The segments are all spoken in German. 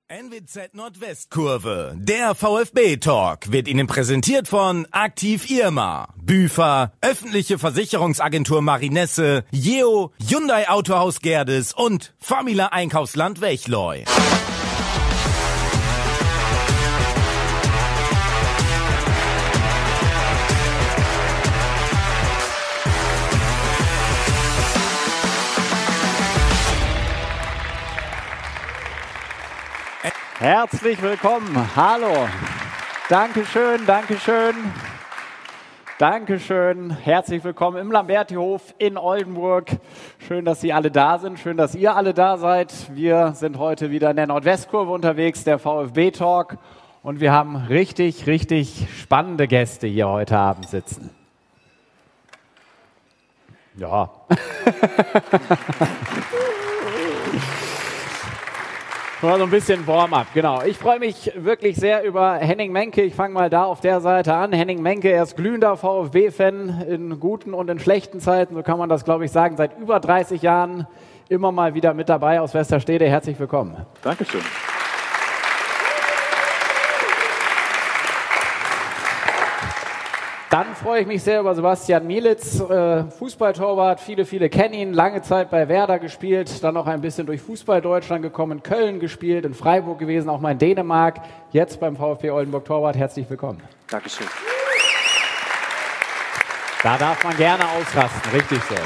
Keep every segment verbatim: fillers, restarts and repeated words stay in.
N W Z Nordwestkurve, der VfB-Talk, wird Ihnen präsentiert von Aktiv Irma, Büfer, öffentliche Versicherungsagentur Marinesse, Jeo, Hyundai Autohaus Gerdes und Famila Einkaufsland Wechleu. Herzlich willkommen. Hallo. Dankeschön, Dankeschön. Dankeschön. Herzlich willkommen im Lambertihof in Oldenburg. Schön, dass Sie alle da sind. Schön, dass ihr alle da seid. Wir sind heute wieder in der Nordwestkurve unterwegs, der VfB-Talk. Und wir haben richtig, richtig spannende Gäste hier heute Abend sitzen. Ja. Mal so ein bisschen Warm-up, genau. Ich freue mich wirklich sehr über Henning Menke. Ich fange mal da auf der Seite an. Henning Menke, er ist glühender VfB-Fan in guten und in schlechten Zeiten, so kann man das, glaube ich, sagen. Seit über dreißig Jahren immer mal wieder mit dabei aus Westerstede. Herzlich willkommen. Dankeschön. Dann freue ich mich sehr über Sebastian Mielitz, äh, Fußballtorwart. Viele, viele kennen ihn. Lange Zeit bei Werder gespielt, dann noch ein bisschen durch Fußball-Deutschland gekommen, in Köln gespielt, in Freiburg gewesen, auch mal in Dänemark. Jetzt beim VfB Oldenburg Torwart. Herzlich willkommen. Dankeschön. Da darf man gerne ausrasten, richtig so.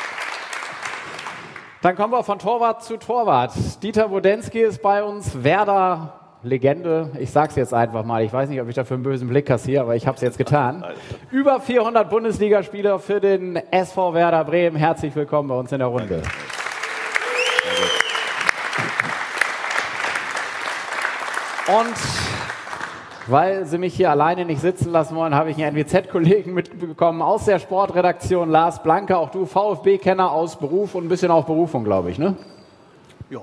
Dann kommen wir von Torwart zu Torwart. Dieter Wodenski ist bei uns, Werder Legende, ich sag's jetzt einfach mal, ich weiß nicht, ob ich dafür einen bösen Blick kassiere, aber ich habe es jetzt getan. Über vierhundert Bundesligaspieler für den S V Werder Bremen. Herzlich willkommen bei uns in der Runde. Und weil Sie mich hier alleine nicht sitzen lassen wollen, habe ich einen N W Z-Kollegen mitbekommen aus der Sportredaktion, Lars Blanke, auch du VfB-Kenner aus Beruf und ein bisschen auch Berufung, glaube ich, ne? Ja.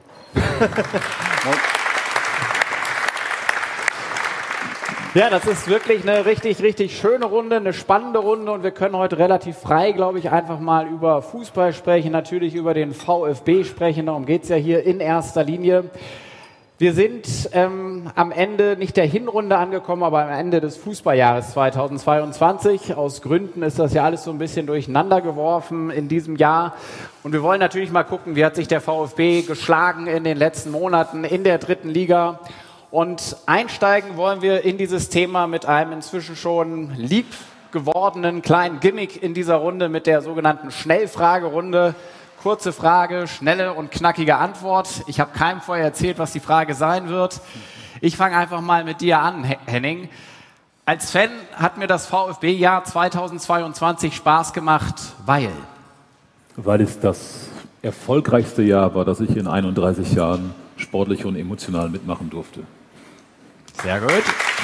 Ja, das ist wirklich eine richtig, richtig schöne Runde, eine spannende Runde und wir können heute relativ frei, glaube ich, einfach mal über Fußball sprechen, natürlich über den VfB sprechen, darum geht es ja hier in erster Linie. Wir sind ähm, am Ende nicht der Hinrunde angekommen, aber am Ende des Fußballjahres zweitausendzweiundzwanzig. Aus Gründen ist das ja alles so ein bisschen durcheinander geworfen in diesem Jahr. Und wir wollen natürlich mal gucken, wie hat sich der VfB geschlagen in den letzten Monaten in der dritten Liga. Und einsteigen wollen wir in dieses Thema mit einem inzwischen schon lieb gewordenen kleinen Gimmick in dieser Runde mit der sogenannten Schnellfragerunde. Kurze Frage, schnelle und knackige Antwort. Ich habe keinem vorher erzählt, was die Frage sein wird. Ich fange einfach mal mit dir an, Henning. Als Fan hat mir das VfB-Jahr zweitausendzweiundzwanzig Spaß gemacht, weil? Weil es das erfolgreichste Jahr war, das ich in einunddreißig Jahren sportlich und emotional mitmachen durfte. Sehr gut.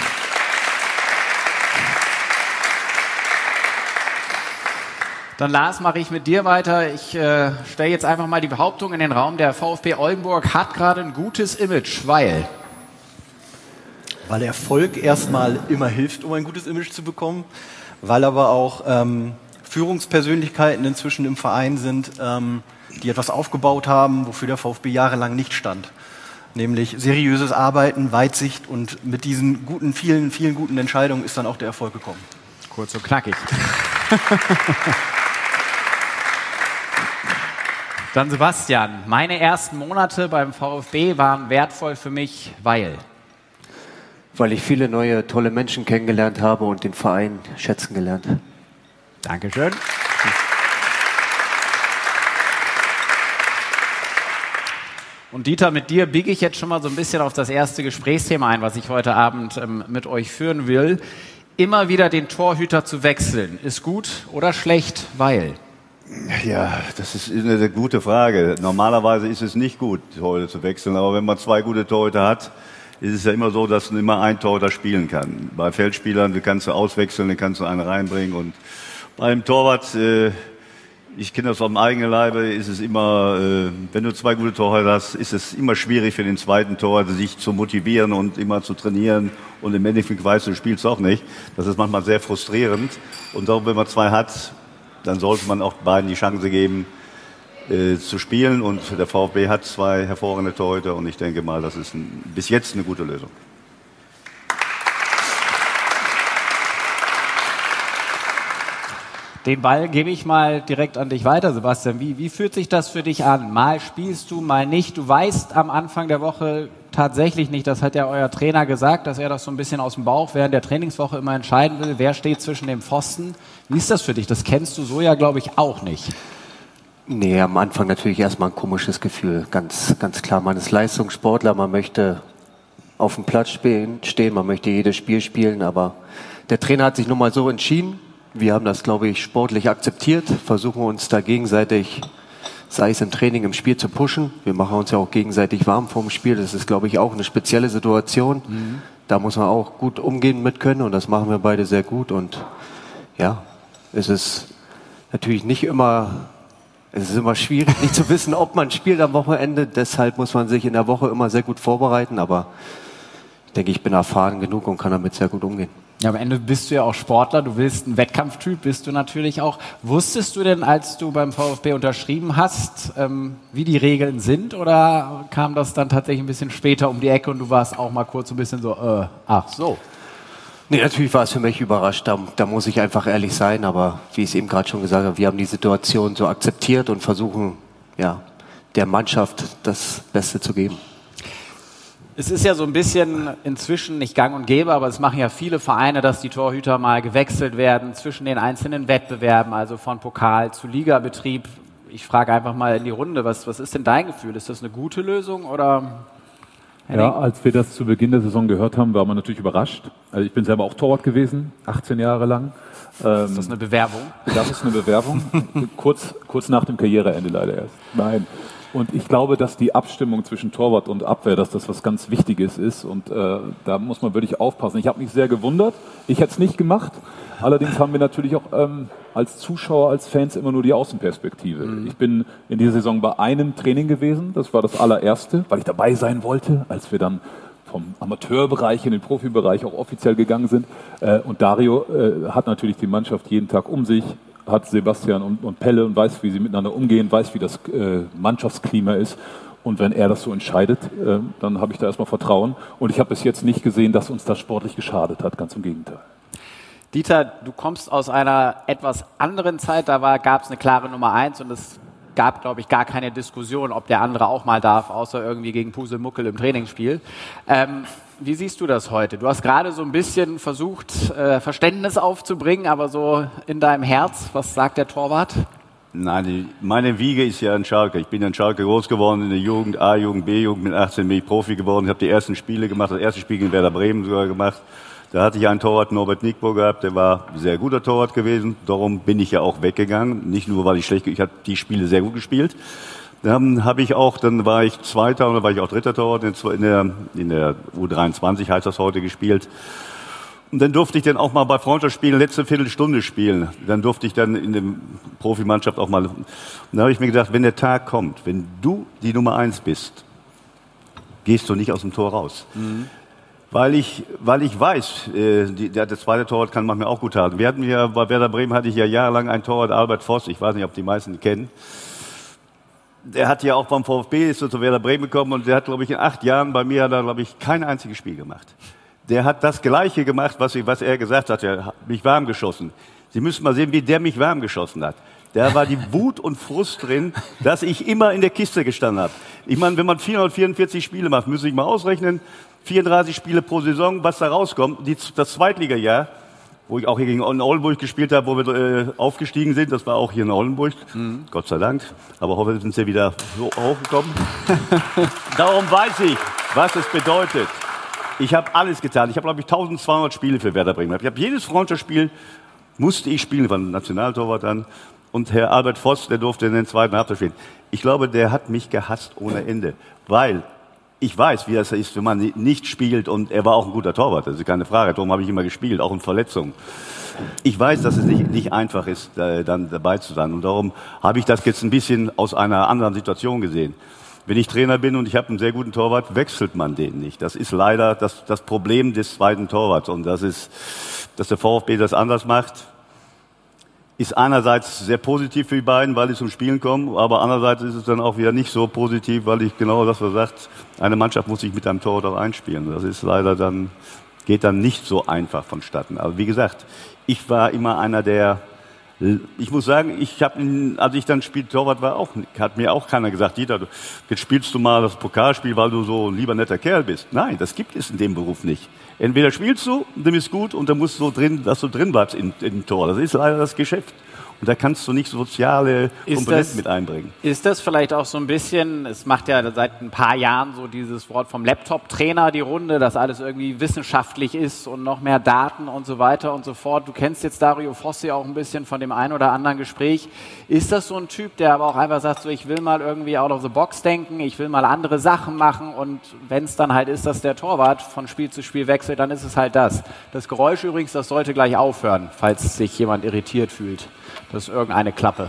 Dann Lars, mache ich mit dir weiter. Ich äh, stelle jetzt einfach mal die Behauptung in den Raum, der VfB Oldenburg hat gerade ein gutes Image, weil? Weil Erfolg erstmal immer hilft, um ein gutes Image zu bekommen, weil aber auch ähm, Führungspersönlichkeiten inzwischen im Verein sind, ähm, die etwas aufgebaut haben, wofür der VfB jahrelang nicht stand. Nämlich seriöses Arbeiten, Weitsicht und mit diesen guten, vielen, vielen guten Entscheidungen ist dann auch der Erfolg gekommen. Kurz und knackig. Dann Sebastian, meine ersten Monate beim VfB waren wertvoll für mich, weil? Weil ich viele neue, tolle Menschen kennengelernt habe und den Verein schätzen gelernt. Dankeschön. Und Dieter, mit dir biege ich jetzt schon mal so ein bisschen auf das erste Gesprächsthema ein, was ich heute Abend ähm, mit euch führen will. Immer wieder den Torhüter zu wechseln, ist gut oder schlecht, weil? Ja, das ist eine gute Frage. Normalerweise ist es nicht gut, Torhüter zu wechseln, aber wenn man zwei gute Torhüter hat, ist es ja immer so, dass immer ein Torhüter spielen kann. Bei Feldspielern, die kannst du auswechseln, dann kannst du einen reinbringen und beim Torwart, äh, ich kenne das am eigenen Leibe, ist es immer, äh, wenn du zwei gute Torhüter hast, ist es immer schwierig für den zweiten Torhüter, sich zu motivieren und immer zu trainieren. Und im Endeffekt weißt du, du spielst auch nicht. Das ist manchmal sehr frustrierend. Und darum, wenn man zwei hat, dann sollte man auch beiden die Chance geben, äh, zu spielen. Und der VfB hat zwei hervorragende Torhüter und ich denke mal, das ist ein, bis jetzt eine gute Lösung. Den Ball gebe ich mal direkt an dich weiter, Sebastian. Wie, wie fühlt sich das für dich an? Mal spielst du, mal nicht. Du weißt am Anfang der Woche tatsächlich nicht, das hat ja euer Trainer gesagt, dass er das so ein bisschen aus dem Bauch während der Trainingswoche immer entscheiden will, wer steht zwischen dem Pfosten. Wie ist das für dich? Das kennst du so ja, glaube ich, auch nicht. Nee, am Anfang natürlich erstmal ein komisches Gefühl. Ganz, ganz klar, man ist Leistungssportler, man möchte auf dem Platz spielen, stehen, man möchte jedes Spiel spielen, aber der Trainer hat sich nun mal so entschieden. Wir haben das, glaube ich, sportlich akzeptiert, versuchen uns da gegenseitig, sei es im Training, im Spiel zu pushen. Wir machen uns ja auch gegenseitig warm vorm Spiel. Das ist, glaube ich, auch eine spezielle Situation. Mhm. Da muss man auch gut umgehen mit können und das machen wir beide sehr gut. Und ja, es ist natürlich nicht immer, es ist immer schwierig, nicht zu wissen, ob man spielt am Wochenende. Deshalb muss man sich in der Woche immer sehr gut vorbereiten. Aber ich denke, ich bin erfahren genug und kann damit sehr gut umgehen. Ja, am Ende bist du ja auch Sportler, du willst ein Wettkampftyp, bist du natürlich auch. Wusstest du denn, als du beim VfB unterschrieben hast, ähm, wie die Regeln sind oder kam das dann tatsächlich ein bisschen später um die Ecke und du warst auch mal kurz ein bisschen so, äh, ach so? Nee, natürlich war es für mich überrascht, da, da muss ich einfach ehrlich sein, aber wie ich es eben gerade schon gesagt habe, wir haben die Situation so akzeptiert und versuchen, ja, der Mannschaft das Beste zu geben. Es ist ja so ein bisschen inzwischen nicht gang und gäbe, aber es machen ja viele Vereine, dass die Torhüter mal gewechselt werden zwischen den einzelnen Wettbewerben, also von Pokal zu Ligabetrieb. Ich frage einfach mal in die Runde, was, was ist denn dein Gefühl? Ist das eine gute Lösung oder? Ja, als wir das zu Beginn der Saison gehört haben, war man natürlich überrascht. Also ich bin selber auch Torwart gewesen, achtzehn Jahre lang. Ähm, ist das eine Bewerbung? Das ist eine Bewerbung, kurz, kurz nach dem Karriereende leider erst. Nein. Und ich glaube, dass die Abstimmung zwischen Torwart und Abwehr, dass das was ganz Wichtiges ist. Und äh, da muss man wirklich aufpassen. Ich habe mich sehr gewundert. Ich hätte es nicht gemacht. Allerdings haben wir natürlich auch ähm, als Zuschauer, als Fans immer nur die Außenperspektive. Mhm. Ich bin in dieser Saison bei einem Training gewesen. Das war das allererste, weil ich dabei sein wollte, als wir dann vom Amateurbereich in den Profibereich auch offiziell gegangen sind. Äh, und Dario äh, hat natürlich die Mannschaft jeden Tag um sich, hat Sebastian und, und Pelle und weiß, wie sie miteinander umgehen, weiß, wie das äh, Mannschaftsklima ist. Und wenn er das so entscheidet, äh, dann habe ich da erstmal Vertrauen. Und ich habe bis jetzt nicht gesehen, dass uns das sportlich geschadet hat, ganz im Gegenteil. Dieter, du kommst aus einer etwas anderen Zeit, da gab es eine klare Nummer eins und es gab, glaube ich, gar keine Diskussion, ob der andere auch mal darf, außer irgendwie gegen Puselmuckel im Trainingsspiel. Ähm, Wie siehst du das heute? Du hast gerade so ein bisschen versucht, äh, Verständnis aufzubringen, aber so in deinem Herz, was sagt der Torwart? Nein, die, meine Wiege ist ja in Schalke. Ich bin in Schalke groß geworden, in der Jugend, A-Jugend, B-Jugend. Mit achtzehn bin ich Profi geworden. Ich habe die ersten Spiele gemacht, das erste Spiel gegen Werder Bremen sogar gemacht. Da hatte ich einen Torwart, Norbert Nickbo, gehabt, der war ein sehr guter Torwart gewesen. Darum bin ich ja auch weggegangen. Nicht nur, weil ich schlecht, ich habe die Spiele sehr gut gespielt. Dann habe ich auch, dann war ich Zweiter und dann war ich auch Dritter Torwart in der, in der U dreiundzwanzig, heißt das heute, gespielt. Und dann durfte ich dann auch mal bei Freundschaftsspielen letzte Viertelstunde spielen. Dann durfte ich dann in der Profimannschaft auch mal. Und dann habe ich mir gedacht, wenn der Tag kommt, wenn du die Nummer eins bist, gehst du nicht aus dem Tor raus. Mhm. Weil ich, weil ich weiß, äh, die, der, der zweite Torwart kann manchmal auch gut haben. Wir hatten ja, bei Werder Bremen hatte ich ja jahrelang einen Torwart, Albert Voss. Ich weiß nicht, ob die meisten ihn kennen. Der hat ja auch beim VfB, ist so zu Werder Bremen gekommen und der hat, glaube ich, in acht Jahren bei mir, hat er, glaube ich, kein einziges Spiel gemacht. Der hat das Gleiche gemacht, was, ich, was er gesagt hat. Er hat mich warm geschossen. Sie müssen mal sehen, wie der mich warm geschossen hat. Da war die Wut und Frust drin, dass ich immer in der Kiste gestanden habe. Ich meine, wenn man vierhundertvierundvierzig Spiele macht, müsste ich mal ausrechnen, vierunddreißig Spiele pro Saison, was da rauskommt. Die, das Zweitligajahr, wo ich auch hier gegen Oldenburg gespielt habe, wo wir äh, aufgestiegen sind, das war auch hier in Oldenburg, mhm. Gott sei Dank. Aber hoffentlich sind sie wieder so hochgekommen. Darum weiß ich, was es bedeutet. Ich habe alles getan. Ich habe, glaube ich, eintausendzweihundert Spiele für Werder Bremen. Ich habe jedes Freundschaftsspiel, musste ich spielen, war ein Nationaltorwart dann. Und Herr Albert Voss, der durfte in den zweiten Halbzeit spielen. Ich glaube, der hat mich gehasst ohne Ende. Weil ich weiß, wie das ist, wenn man nicht spielt. Und er war auch ein guter Torwart, das ist keine Frage. Darum habe ich immer gespielt, auch in Verletzungen. Ich weiß, dass es nicht, nicht einfach ist, da, dann dabei zu sein. Und darum habe ich das jetzt ein bisschen aus einer anderen Situation gesehen. Wenn ich Trainer bin und ich habe einen sehr guten Torwart, wechselt man den nicht. Das ist leider das, das Problem des zweiten Torwarts. Und das ist, dass der VfB das anders macht. ist einerseits sehr positiv für die beiden, weil die zum Spielen kommen, aber andererseits ist es dann auch wieder nicht so positiv, weil ich genau das, was er sagt, eine Mannschaft muss sich mit einem Torwart auch einspielen. Das ist leider dann, geht dann nicht so einfach vonstatten. Aber wie gesagt, ich war immer einer, der, ich muss sagen, ich habe, als ich dann spiel Torwart war, auch, hat mir auch keiner gesagt, Dieter, jetzt spielst du mal das Pokalspiel, weil du so ein lieber netter Kerl bist. Nein, das gibt es in dem Beruf nicht. Entweder spielst du, dann bist gut und dann musst du so drin, dass du drin bleibst in, in dem Tor. Das ist leider das Geschäft. Und da kannst du nicht soziale Komponenten mit einbringen. Ist das vielleicht auch so ein bisschen, es macht ja seit ein paar Jahren so dieses Wort vom Laptop-Trainer die Runde, dass alles irgendwie wissenschaftlich ist und noch mehr Daten und so weiter und so fort. Du kennst jetzt Dario Fossi auch ein bisschen von dem einen oder anderen Gespräch. Ist das so ein Typ, der aber auch einfach sagt, so, ich will mal irgendwie out of the box denken, ich will mal andere Sachen machen und wenn es dann halt ist, dass der Torwart von Spiel zu Spiel wechselt, dann ist es halt das. Das Geräusch übrigens, das sollte gleich aufhören, falls sich jemand irritiert fühlt. Das ist irgendeine Klappe.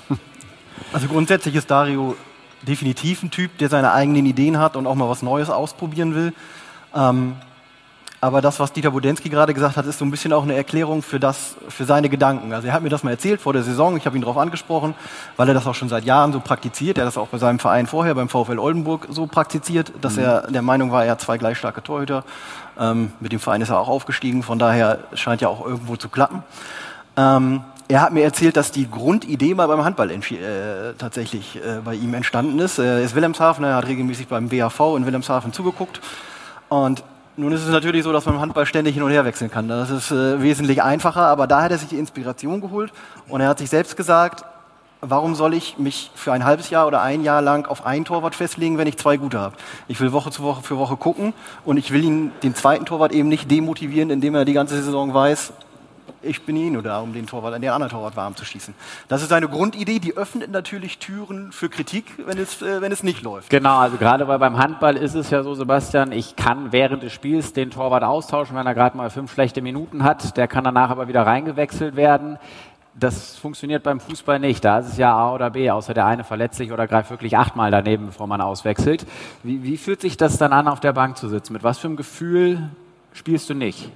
Also grundsätzlich ist Dario definitiv ein Typ, der seine eigenen Ideen hat und auch mal was Neues ausprobieren will. Ähm, aber das, was Dieter Budensky gerade gesagt hat, ist so ein bisschen auch eine Erklärung für, das, für seine Gedanken. Also er hat mir das mal erzählt vor der Saison, ich habe ihn darauf angesprochen, weil er das auch schon seit Jahren so praktiziert. Er hat das auch bei seinem Verein vorher, beim VfL Oldenburg, so praktiziert, dass mhm. er der Meinung war, er hat zwei gleich starke Torhüter. Ähm, mit dem Verein ist er auch aufgestiegen, von daher scheint ja auch irgendwo zu klappen. Ähm, Er hat mir erzählt, dass die Grundidee mal beim Handball äh, tatsächlich äh, bei ihm entstanden ist. Er ist Wilhelmshaven, er hat regelmäßig beim W H V in Wilhelmshaven zugeguckt. Und nun ist es natürlich so, dass man im Handball ständig hin und her wechseln kann. Das ist äh, wesentlich einfacher, aber da hat er sich die Inspiration geholt. Und er hat sich selbst gesagt, warum soll ich mich für ein halbes Jahr oder ein Jahr lang auf einen Torwart festlegen, wenn ich zwei gute habe? Ich will Woche zu Woche für Woche gucken und ich will ihn, den zweiten Torwart eben nicht demotivieren, indem er die ganze Saison weiß, ich bin eh nur da, um den Torwart, den anderen Torwart warm zu schießen. Das ist eine Grundidee, die öffnet natürlich Türen für Kritik, wenn es, äh, wenn es nicht läuft. Genau, also gerade weil beim Handball ist es ja so, Sebastian, ich kann während des Spiels den Torwart austauschen, wenn er gerade mal fünf schlechte Minuten hat, der kann danach aber wieder reingewechselt werden. Das funktioniert beim Fußball nicht, da ist es ja A oder B, außer der eine verletzt sich oder greift wirklich achtmal daneben, bevor man auswechselt. Wie, wie fühlt sich das dann an, auf der Bank zu sitzen? Mit was für einem Gefühl spielst du nicht?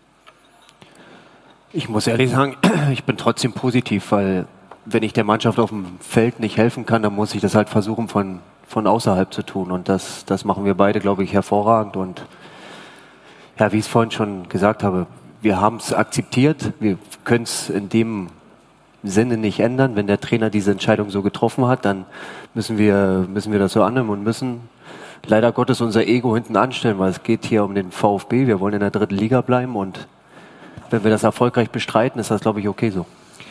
Ich muss ehrlich sagen, ich bin trotzdem positiv, weil wenn ich der Mannschaft auf dem Feld nicht helfen kann, dann muss ich das halt versuchen von, von außerhalb zu tun. Und das, das machen wir beide, glaube ich, hervorragend. Und ja, wie ich es vorhin schon gesagt habe, wir haben es akzeptiert. Wir können es in dem Sinne nicht ändern. Wenn der Trainer diese Entscheidung so getroffen hat, dann müssen wir, müssen wir das so annehmen und müssen leider Gottes unser Ego hinten anstellen, weil es geht hier um den VfB. Wir wollen in der dritten Liga bleiben und wenn wir das erfolgreich bestreiten, ist das, glaube ich, okay so.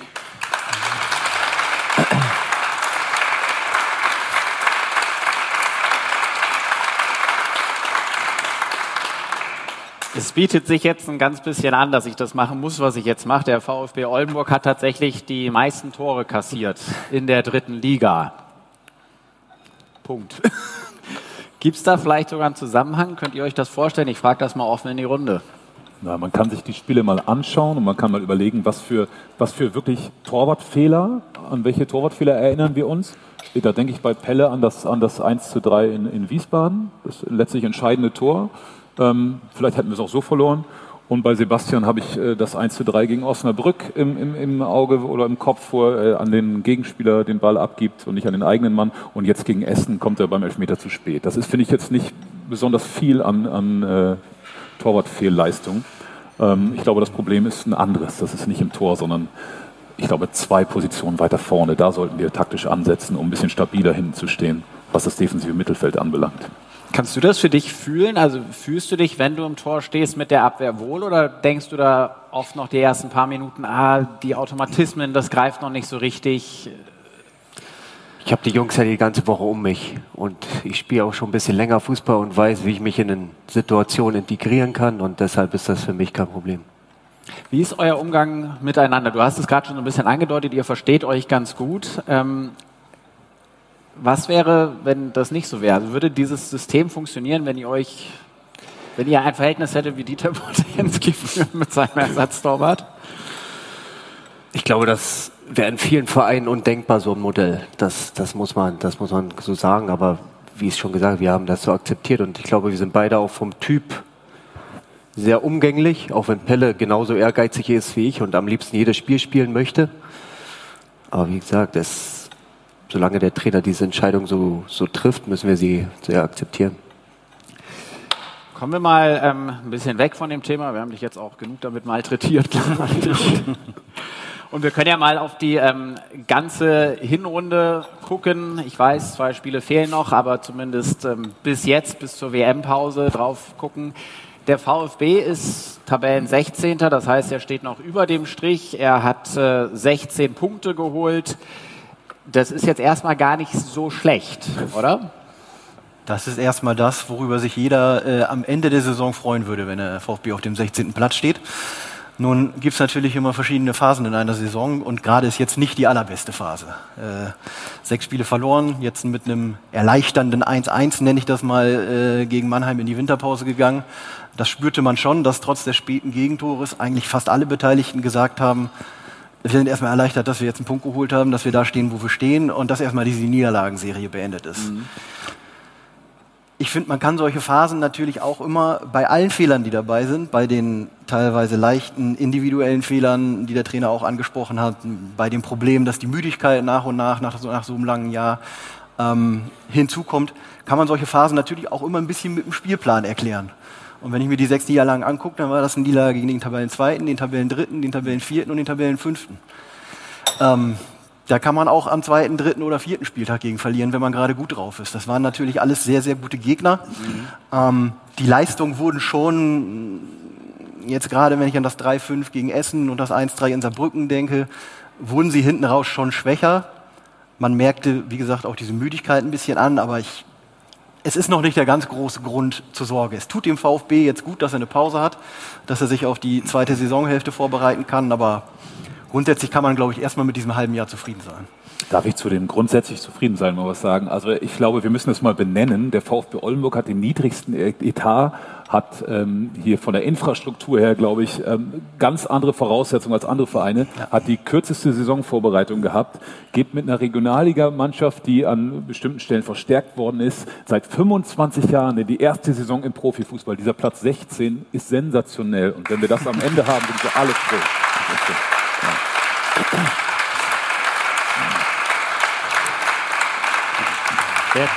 Es bietet sich jetzt ein ganz bisschen an, dass ich das machen muss, was ich jetzt mache. Der VfB Oldenburg hat tatsächlich die meisten Tore kassiert in der dritten Liga. Punkt. Gibt es da vielleicht sogar einen Zusammenhang? Könnt ihr euch das vorstellen? Ich frage das mal offen in die Runde. Na, man kann sich die Spiele mal anschauen und man kann mal überlegen, was für, was für wirklich Torwartfehler, an welche Torwartfehler erinnern wir uns. Da denke ich bei Pelle an das, an das eins zu drei in, in Wiesbaden, das letztlich entscheidende Tor. Ähm, vielleicht hätten wir es auch so verloren. Und bei Sebastian habe ich äh, das eins zu drei gegen Osnabrück im, im, im Auge oder im Kopf, wo er äh, an den Gegenspieler den Ball abgibt und nicht an den eigenen Mann. Und jetzt gegen Essen kommt er beim Elfmeter zu spät. Das ist, finde ich, jetzt nicht besonders viel an, an äh, Torwartfehlleistung. Ähm, ich glaube, das Problem ist ein anderes. Das ist nicht im Tor, sondern ich glaube, zwei Positionen weiter vorne. Da sollten wir taktisch ansetzen, um ein bisschen stabiler hinten zu stehen, was das defensive Mittelfeld anbelangt. Kannst du das für dich fühlen? Also fühlst du dich, wenn du im Tor stehst, mit der Abwehr wohl oder denkst du da oft noch die ersten paar Minuten, ah, die Automatismen, das greift noch nicht so richtig? Ich habe die Jungs ja die ganze Woche um mich und ich spiele auch schon ein bisschen länger Fußball und weiß, wie ich mich in eine Situation integrieren kann und deshalb ist das für mich kein Problem. Wie ist euer Umgang miteinander? Du hast es gerade schon ein bisschen angedeutet, ihr versteht euch ganz gut. Ähm, was wäre, wenn das nicht so wäre? Also würde dieses System funktionieren, wenn ihr euch, wenn ihr ein Verhältnis hättet wie Dieter Budensky mit seinem Ersatztorwart? Ich glaube, das wäre in vielen Vereinen undenkbar, so ein Modell. Das, das, muss man, das muss man so sagen. Aber wie ich schon gesagt habe, wir haben das so akzeptiert. Und ich glaube, wir sind beide auch vom Typ sehr umgänglich, auch wenn Pelle genauso ehrgeizig ist wie ich und am liebsten jedes Spiel spielen möchte. Aber wie gesagt, das, solange der Trainer diese Entscheidung so, so trifft, müssen wir sie sehr akzeptieren. Kommen wir mal ähm, ein bisschen weg von dem Thema. Wir haben dich jetzt auch genug damit malträtiert, glaube ich. Und wir können ja mal auf die ähm, ganze Hinrunde gucken. Ich weiß, zwei Spiele fehlen noch, aber zumindest ähm, bis jetzt, bis zur W M-Pause drauf gucken. Der VfB ist Tabellen-sechzehnter, das heißt, er steht noch über dem Strich. Er hat äh, sechzehn Punkte geholt. Das ist jetzt erstmal gar nicht so schlecht, oder? Das ist erstmal das, worüber sich jeder äh, am Ende der Saison freuen würde, wenn der VfB auf dem sechzehnten Platz steht. Nun gibt es natürlich immer verschiedene Phasen in einer Saison und gerade ist jetzt nicht die allerbeste Phase. Äh, sechs Spiele verloren, jetzt mit einem erleichternden eins eins, nenne ich das mal, äh, gegen Mannheim in die Winterpause gegangen. Das spürte man schon, dass trotz des späten Gegentores eigentlich fast alle Beteiligten gesagt haben, wir sind erstmal erleichtert, dass wir jetzt einen Punkt geholt haben, dass wir da stehen, wo wir stehen und dass erstmal diese Niederlagenserie beendet ist. Mhm. Ich finde, man kann solche Phasen natürlich auch immer bei allen Fehlern, die dabei sind, bei den teilweise leichten individuellen Fehlern, die der Trainer auch angesprochen hat, bei dem Problem, dass die Müdigkeit nach und nach, nach so, nach so einem langen Jahr ähm, hinzukommt, kann man solche Phasen natürlich auch immer ein bisschen mit dem Spielplan erklären. Und wenn ich mir die sechs Niederlagen angucke, dann war das ein Niederlage gegen den Tabellenzweiten, den Tabellendritten, den Tabellenvierten und den Tabellenfünften. Ähm, Da kann man auch am zweiten, dritten oder vierten Spieltag gegen verlieren, wenn man gerade gut drauf ist. Das waren natürlich alles sehr, sehr gute Gegner. Mhm. Ähm, die Leistungen wurden schon, jetzt gerade wenn ich an das drei fünf gegen Essen und das eins drei in Saarbrücken denke, wurden sie hinten raus schon schwächer. Man merkte, wie gesagt, auch diese Müdigkeit ein bisschen an, aber ich, es ist noch nicht der ganz große Grund zur Sorge. Es tut dem VfB jetzt gut, dass er eine Pause hat, dass er sich auf die zweite Saisonhälfte vorbereiten kann, aber grundsätzlich kann man, glaube ich, erstmal mit diesem halben Jahr zufrieden sein. Darf ich zu dem grundsätzlich zufrieden sein mal was sagen? Also ich glaube, wir müssen das mal benennen. Der VfB Oldenburg hat den niedrigsten Etat, hat ähm, hier von der Infrastruktur her, glaube ich, ähm, ganz andere Voraussetzungen als andere Vereine, ja. Hat die kürzeste Saisonvorbereitung gehabt, geht mit einer Regionalligamannschaft, die an bestimmten Stellen verstärkt worden ist, seit fünfundzwanzig Jahren in die erste Saison im Profifußball. Dieser Platz sechzehn ist sensationell und wenn wir das am Ende haben, sind wir alle froh. Jetzt,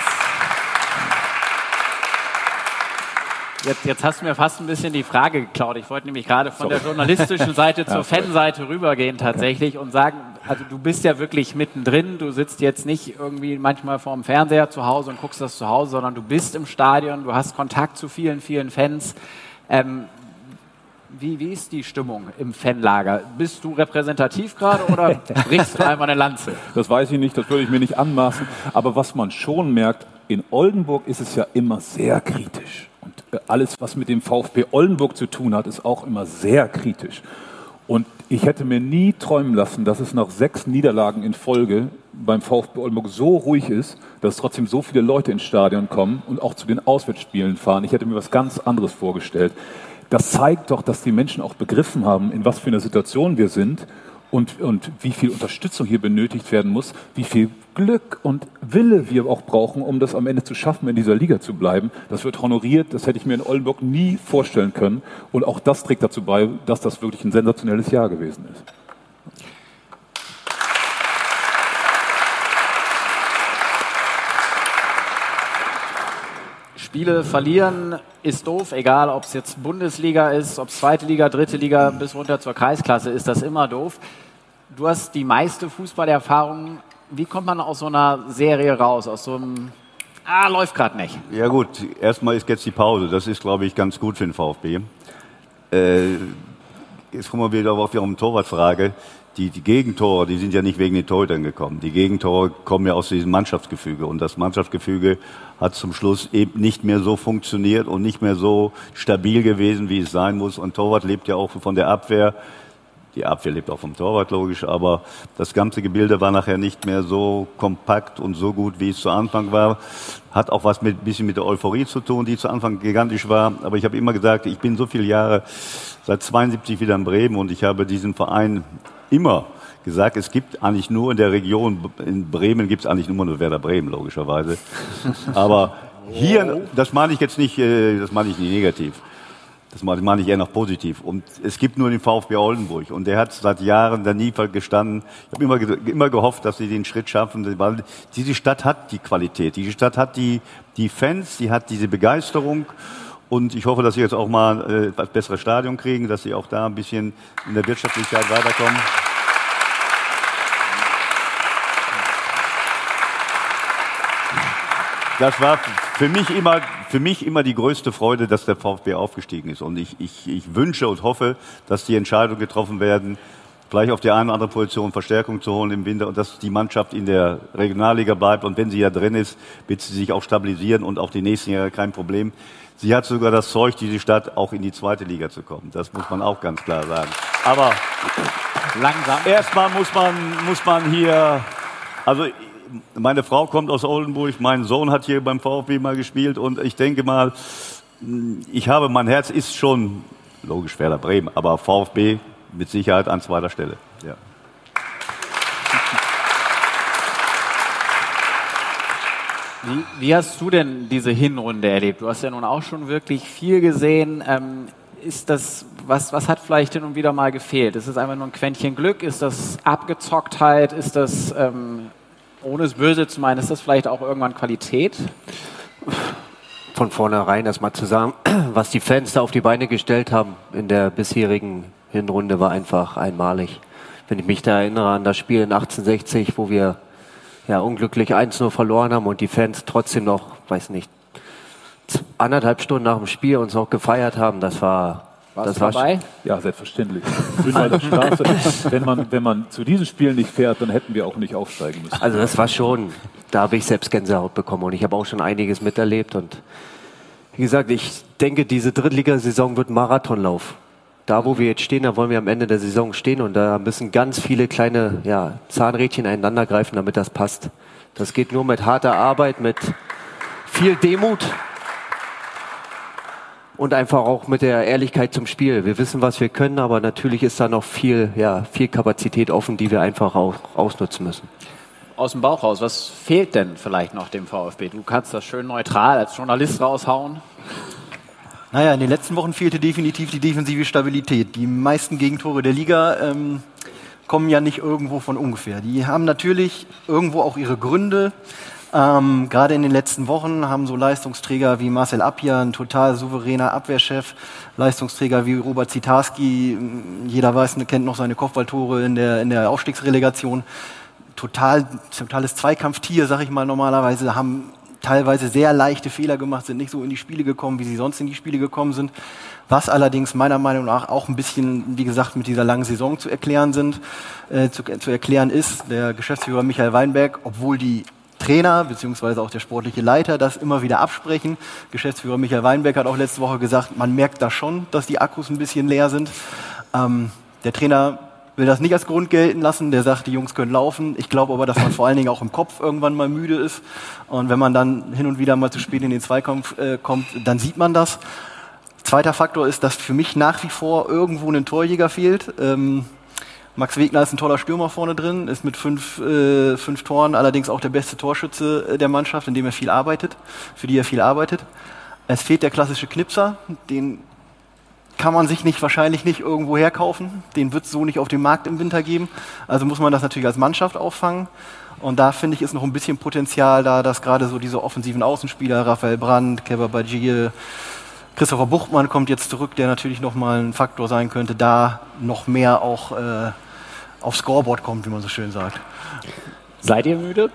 jetzt, jetzt hast du mir fast ein bisschen die Frage geklaut. Ich wollte nämlich gerade von der journalistischen Seite zur Fanseite rübergehen tatsächlich und sagen, also du bist ja wirklich mittendrin. Du sitzt jetzt nicht irgendwie manchmal vorm Fernseher zu Hause und guckst das zu Hause, sondern du bist im Stadion, du hast Kontakt zu vielen, vielen Fans. Ähm, Wie, wie ist die Stimmung im Fanlager? Bist du repräsentativ gerade oder brichst du einmal eine Lanze? Das weiß ich nicht, das würde ich mir nicht anmaßen. Aber was man schon merkt, in Oldenburg ist es ja immer sehr kritisch. Und alles, was mit dem VfB Oldenburg zu tun hat, ist auch immer sehr kritisch. Und ich hätte mir nie träumen lassen, dass es nach sechs Niederlagen in Folge beim VfB Oldenburg so ruhig ist, dass trotzdem so viele Leute ins Stadion kommen und auch zu den Auswärtsspielen fahren. Ich hätte mir was ganz anderes vorgestellt. Das zeigt doch, dass die Menschen auch begriffen haben, in was für einer Situation wir sind und, und wie viel Unterstützung hier benötigt werden muss, wie viel Glück und Wille wir auch brauchen, um das am Ende zu schaffen, in dieser Liga zu bleiben. Das wird honoriert, das hätte ich mir in Oldenburg nie vorstellen können. Und auch das trägt dazu bei, dass das wirklich ein sensationelles Jahr gewesen ist. Spiele verlieren ist doof, egal ob es jetzt Bundesliga ist, ob es zweite Liga, dritte Liga bis runter zur Kreisklasse, ist das immer doof. Du hast die meiste Fußballerfahrung. Wie kommt man aus so einer Serie raus, aus so einem, ah, läuft gerade nicht? Ja gut, erstmal ist jetzt die Pause, das ist, glaube ich, ganz gut für den VfB. Äh, jetzt kommen wir wieder auf Ihre Torwartfrage. Die, die Gegentore, die sind ja nicht wegen den Torhütern gekommen. Die Gegentore kommen ja aus diesem Mannschaftsgefüge. Und das Mannschaftsgefüge hat zum Schluss eben nicht mehr so funktioniert und nicht mehr so stabil gewesen, wie es sein muss. Und Torwart lebt ja auch von der Abwehr. Die Abwehr lebt auch vom Torwart, logisch. Aber das ganze Gebilde war nachher nicht mehr so kompakt und so gut, wie es zu Anfang war. Hat auch was mit bisschen mit der Euphorie zu tun, die zu Anfang gigantisch war. Aber ich habe immer gesagt, ich bin so viele Jahre, seit zweiundsiebzig wieder in Bremen und ich habe diesen Verein immer gesagt, es gibt eigentlich nur in der Region, in Bremen gibt es eigentlich nur nur Werder Bremen, logischerweise. Aber hier, das meine ich jetzt nicht, das meine ich nicht negativ. Das meine ich eher noch positiv. Und es gibt nur den VfB Oldenburg. Und der hat seit Jahren da nie gestanden. Ich habe immer, immer gehofft, dass sie den Schritt schaffen. Weil diese Stadt hat die Qualität. Diese Stadt hat die, die Fans, sie hat diese Begeisterung. Und ich hoffe, dass sie jetzt auch mal äh, etwas besseres Stadion kriegen, dass sie auch da ein bisschen in der Wirtschaftlichkeit weiterkommen. Das war für mich immer, für mich immer die größte Freude, dass der VfB aufgestiegen ist. Und ich, ich, ich wünsche und hoffe, dass die Entscheidungen getroffen werden, vielleicht auf die eine oder andere Position Verstärkung zu holen im Winter und dass die Mannschaft in der Regionalliga bleibt. Und wenn sie ja drin ist, wird sie sich auch stabilisieren und auch die nächsten Jahre kein Problem. Sie hat sogar das Zeug, diese Stadt auch in die zweite Liga zu kommen. Das muss man auch ganz klar sagen. Aber langsam. Erstmal muss man, muss man hier, also meine Frau kommt aus Oldenburg, mein Sohn hat hier beim VfB mal gespielt und ich denke mal, ich habe, mein Herz ist schon, logisch Werder Bremen, aber VfB mit Sicherheit an zweiter Stelle. Ja. Wie, wie hast du denn diese Hinrunde erlebt? Du hast ja nun auch schon wirklich viel gesehen. Ähm, ist das, was, was hat vielleicht hin und wieder mal gefehlt? Ist es einfach nur ein Quäntchen Glück? Ist das Abgezocktheit? Ist das... Ähm Ohne es böse zu meinen, ist das vielleicht auch irgendwann Qualität? Von vornherein erstmal zu sagen, was die Fans da auf die Beine gestellt haben in der bisherigen Hinrunde war einfach einmalig. Wenn ich mich da erinnere an das Spiel in achtzehnhundertsechzig, wo wir ja unglücklich eins null verloren haben und die Fans trotzdem noch, weiß nicht, anderthalb Stunden nach dem Spiel uns noch gefeiert haben, das war... Warst das du dabei? War ja, selbstverständlich. Grünwalder Straße. Wenn man, wenn man zu diesem Spiel nicht fährt, dann hätten wir auch nicht aufsteigen müssen. Also das war schon, da habe ich selbst Gänsehaut bekommen und ich habe auch schon einiges miterlebt und wie gesagt, ich denke, diese Drittligasaison wird ein Marathonlauf. Da, wo wir jetzt stehen, da wollen wir am Ende der Saison stehen und da müssen ganz viele kleine ja, Zahnrädchen ineinander greifen, damit das passt. Das geht nur mit harter Arbeit, mit viel Demut. Und einfach auch mit der Ehrlichkeit zum Spiel. Wir wissen, was wir können, aber natürlich ist da noch viel, ja, viel Kapazität offen, die wir einfach auch ausnutzen müssen. Aus dem Bauch raus, was fehlt denn vielleicht noch dem VfB? Du kannst das schön neutral als Journalist raushauen. Naja, in den letzten Wochen fehlte definitiv die defensive Stabilität. Die meisten Gegentore der Liga ähm, kommen ja nicht irgendwo von ungefähr. Die haben natürlich irgendwo auch ihre Gründe. Ähm, gerade in den letzten Wochen haben so Leistungsträger wie Marcel Appia, ein total souveräner Abwehrchef, Leistungsträger wie Robert Zitarski, jeder weiß, kennt noch seine Kopfballtore in der, in der Aufstiegsrelegation, total, totales Zweikampftier, sag ich mal normalerweise, haben teilweise sehr leichte Fehler gemacht, sind nicht so in die Spiele gekommen, wie sie sonst in die Spiele gekommen sind, was allerdings meiner Meinung nach auch ein bisschen, wie gesagt, mit dieser langen Saison zu erklären sind, äh, zu, zu erklären ist. Der Geschäftsführer Michael Weinberg, obwohl die Trainer beziehungsweise auch der sportliche Leiter das immer wieder absprechen. Geschäftsführer Michael Weinberg hat auch letzte Woche gesagt, man merkt da schon, dass die Akkus ein bisschen leer sind. Ähm, der Trainer will das nicht als Grund gelten lassen, der sagt, die Jungs können laufen. Ich glaube aber, dass man vor allen Dingen auch im Kopf irgendwann mal müde ist. Und wenn man dann hin und wieder mal zu spät in den Zweikampf äh, kommt, dann sieht man das. Zweiter Faktor ist, dass für mich nach wie vor irgendwo ein Torjäger fehlt. Ähm, Max Wegner ist ein toller Stürmer vorne drin, ist mit fünf, äh, fünf Toren allerdings auch der beste Torschütze der Mannschaft, in dem er viel arbeitet, für die er viel arbeitet. Es fehlt der klassische Knipser, den kann man sich nicht, wahrscheinlich nicht irgendwo herkaufen, den wird es so nicht auf dem Markt im Winter geben, also muss man das natürlich als Mannschaft auffangen. Und da finde ich, ist noch ein bisschen Potenzial da, dass gerade so diese offensiven Außenspieler, Raphael Brandt, Kever Badjie, Christopher Buchtmann kommt jetzt zurück, der natürlich nochmal ein Faktor sein könnte, da noch mehr auch äh, aufs Scoreboard kommt, wie man so schön sagt. Seid ihr müde?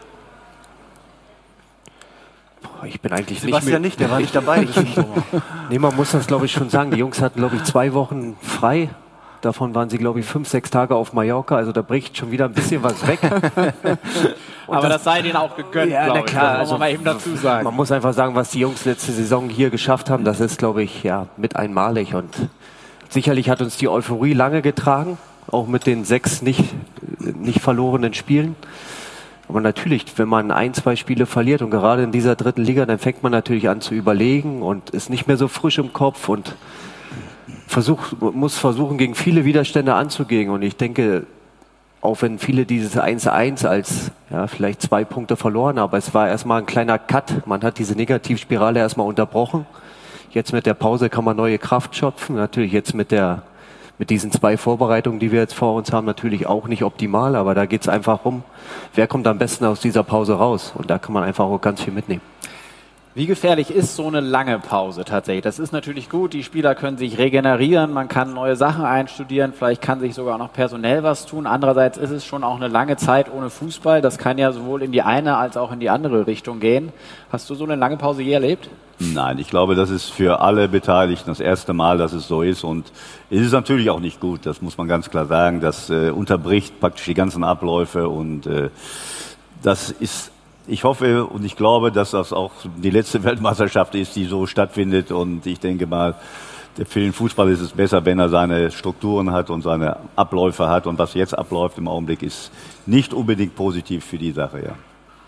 Boah, ich bin eigentlich Sebastian nicht nicht, der war nicht dabei. Nee, man muss das, glaube ich, schon sagen. Die Jungs hatten, glaube ich, zwei Wochen frei. Davon waren sie, glaube ich, fünf, sechs Tage auf Mallorca. Also da bricht schon wieder ein bisschen was weg. Aber das, das sei denen auch gegönnt, ja, glaube na ich. klar, Das muss man mal eben dazu sagen. Man muss einfach sagen, was die Jungs letzte Saison hier geschafft haben, das ist, glaube ich, ja, mit einmalig. Und sicherlich hat uns die Euphorie lange getragen, auch mit den sechs nicht, nicht verlorenen Spielen. Aber natürlich, wenn man ein, zwei Spiele verliert und gerade in dieser dritten Liga, dann fängt man natürlich an zu überlegen und ist nicht mehr so frisch im Kopf und versucht, muss versuchen, gegen viele Widerstände anzugehen. Und ich denke, auch wenn viele dieses eins eins als ja, vielleicht zwei Punkte verloren haben, aber es war erstmal ein kleiner Cut. Man hat diese Negativspirale erstmal unterbrochen. Jetzt mit der Pause kann man neue Kraft schöpfen. Natürlich jetzt mit der mit diesen zwei Vorbereitungen, die wir jetzt vor uns haben, natürlich auch nicht optimal, aber da geht es einfach um, wer kommt am besten aus dieser Pause raus? Und da kann man einfach auch ganz viel mitnehmen. Wie gefährlich ist so eine lange Pause tatsächlich? Das ist natürlich gut, die Spieler können sich regenerieren, man kann neue Sachen einstudieren, vielleicht kann sich sogar noch personell was tun. Andererseits ist es schon auch eine lange Zeit ohne Fußball. Das kann ja sowohl in die eine als auch in die andere Richtung gehen. Hast du so eine lange Pause je erlebt? Nein, ich glaube, das ist für alle Beteiligten das erste Mal, dass es so ist. Und es ist natürlich auch nicht gut, das muss man ganz klar sagen. Das äh, unterbricht praktisch die ganzen Abläufe und äh, das ist... Ich hoffe und ich glaube, dass das auch die letzte Weltmeisterschaft ist, die so stattfindet. Und ich denke mal, für den Fußball ist es besser, wenn er seine Strukturen hat und seine Abläufe hat. Und was jetzt abläuft im Augenblick, ist nicht unbedingt positiv für die Sache. Ja.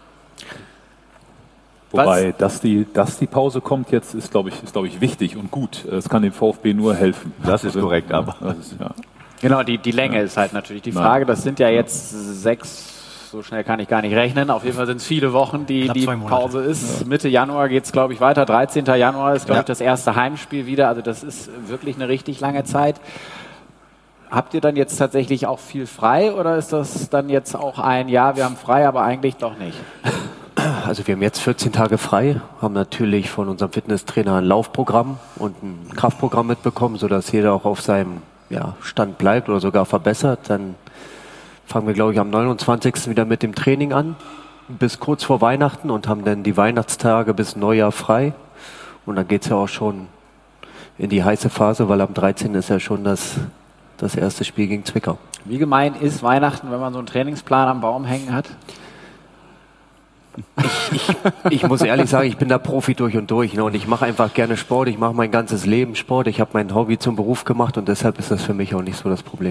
Wobei, dass die, dass die Pause kommt jetzt, ist, glaube ich, ist, glaube ich, wichtig und gut. Es kann dem VfB nur helfen. Das ist korrekt, aber... Das ist, ja. Genau, die, die Länge ja. ist halt natürlich die Frage. Das sind ja jetzt sechs... So schnell kann ich gar nicht rechnen. Auf jeden Fall sind es viele Wochen, die die Pause ist. Ja. Mitte Januar geht es, glaube ich, weiter. dreizehnten Januar ist, glaube ja. ich, das erste Heimspiel wieder. Also das ist wirklich eine richtig lange Zeit. Habt ihr dann jetzt tatsächlich auch viel frei oder ist das dann jetzt auch ein Jahr, wir haben frei, aber eigentlich doch nicht? Also wir haben jetzt vierzehn Tage frei, haben natürlich von unserem Fitnesstrainer ein Laufprogramm und ein Kraftprogramm mitbekommen, sodass jeder auch auf seinem ja, Stand bleibt oder sogar verbessert. Dann fangen wir, glaube ich, am neunundzwanzigsten wieder mit dem Training an, bis kurz vor Weihnachten und haben dann die Weihnachtstage bis Neujahr frei. Und dann geht es ja auch schon in die heiße Phase, weil am dreizehnten ist ja schon das, das erste Spiel gegen Zwickau. Wie gemein ist Weihnachten, wenn man so einen Trainingsplan am Baum hängen hat? Ich, ich, ich muss ehrlich sagen, ich bin da Profi durch und durch. Ne? Und ich mache einfach gerne Sport. Ich mache mein ganzes Leben Sport. Ich habe mein Hobby zum Beruf gemacht und deshalb ist das für mich auch nicht so das Problem.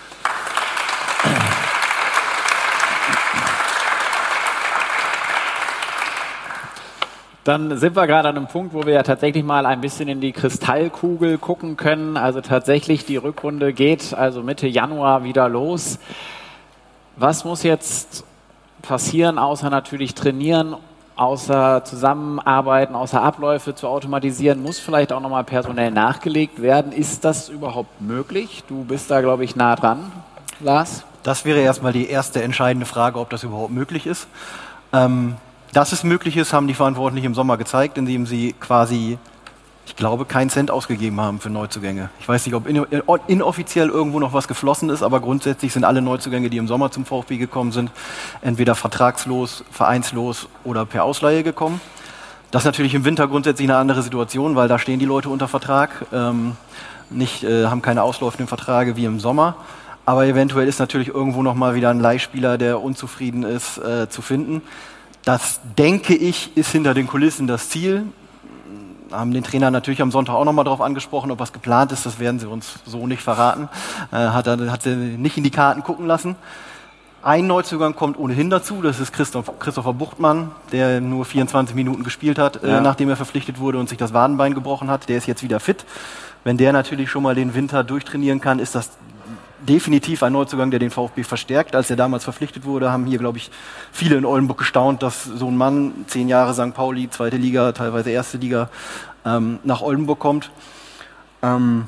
Dann sind wir gerade an einem Punkt, wo wir ja tatsächlich mal ein bisschen in die Kristallkugel gucken können. Also tatsächlich, die Rückrunde geht also Mitte Januar wieder los. Was muss jetzt passieren, außer natürlich trainieren, außer zusammenarbeiten, außer Abläufe zu automatisieren? Muss vielleicht auch nochmal personell nachgelegt werden? Ist das überhaupt möglich? Du bist da, glaube ich, nah dran, Lars. Das wäre erstmal die erste entscheidende Frage, ob das überhaupt möglich ist. Ähm Dass es möglich ist, haben die Verantwortlichen im Sommer gezeigt, indem sie quasi, ich glaube, keinen Cent ausgegeben haben für Neuzugänge. Ich weiß nicht, ob inoffiziell irgendwo noch was geflossen ist, aber grundsätzlich sind alle Neuzugänge, die im Sommer zum VfB gekommen sind, entweder vertragslos, vereinslos oder per Ausleihe gekommen. Das ist natürlich im Winter grundsätzlich eine andere Situation, weil da stehen die Leute unter Vertrag, ähm, nicht, äh, haben keine auslaufenden Verträge wie im Sommer. Aber eventuell ist natürlich irgendwo noch mal wieder ein Leihspieler, der unzufrieden ist, äh, zu finden. Das, denke ich, ist hinter den Kulissen das Ziel. Haben den Trainer natürlich am Sonntag auch nochmal darauf angesprochen, ob was geplant ist, das werden sie uns so nicht verraten. Äh, hat er hat sie nicht in die Karten gucken lassen. Ein Neuzugang kommt ohnehin dazu, das ist Christoph, Christopher Buchtmann, der nur vierundzwanzig Minuten gespielt hat, ja. äh, nachdem er verpflichtet wurde und sich das Wadenbein gebrochen hat. Der ist jetzt wieder fit. Wenn der natürlich schon mal den Winter durchtrainieren kann, ist das definitiv ein Neuzugang, der den VfB verstärkt. Als er damals verpflichtet wurde, haben hier, glaube ich, viele in Oldenburg gestaunt, dass so ein Mann, zehn Jahre Sankt Pauli, zweite Liga, teilweise erste Liga, ähm, nach Oldenburg kommt. Ähm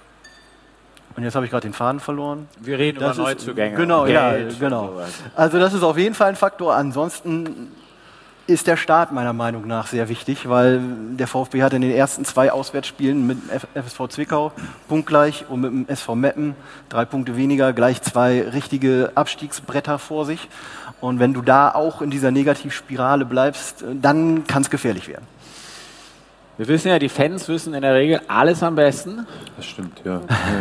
und jetzt habe ich gerade den Faden verloren. Wir reden das über ist, Neuzugänge. Genau, ja, genau. Also das ist auf jeden Fall ein Faktor. Ansonsten ist der Start meiner Meinung nach sehr wichtig, weil der VfB hat in den ersten zwei Auswärtsspielen mit dem F S V Zwickau punktgleich und mit dem S V Meppen drei Punkte weniger, gleich zwei richtige Abstiegsbretter vor sich. Und wenn du da auch in dieser Negativspirale bleibst, dann kann es gefährlich werden. Wir wissen ja, die Fans wissen in der Regel alles am besten. Das stimmt, ja.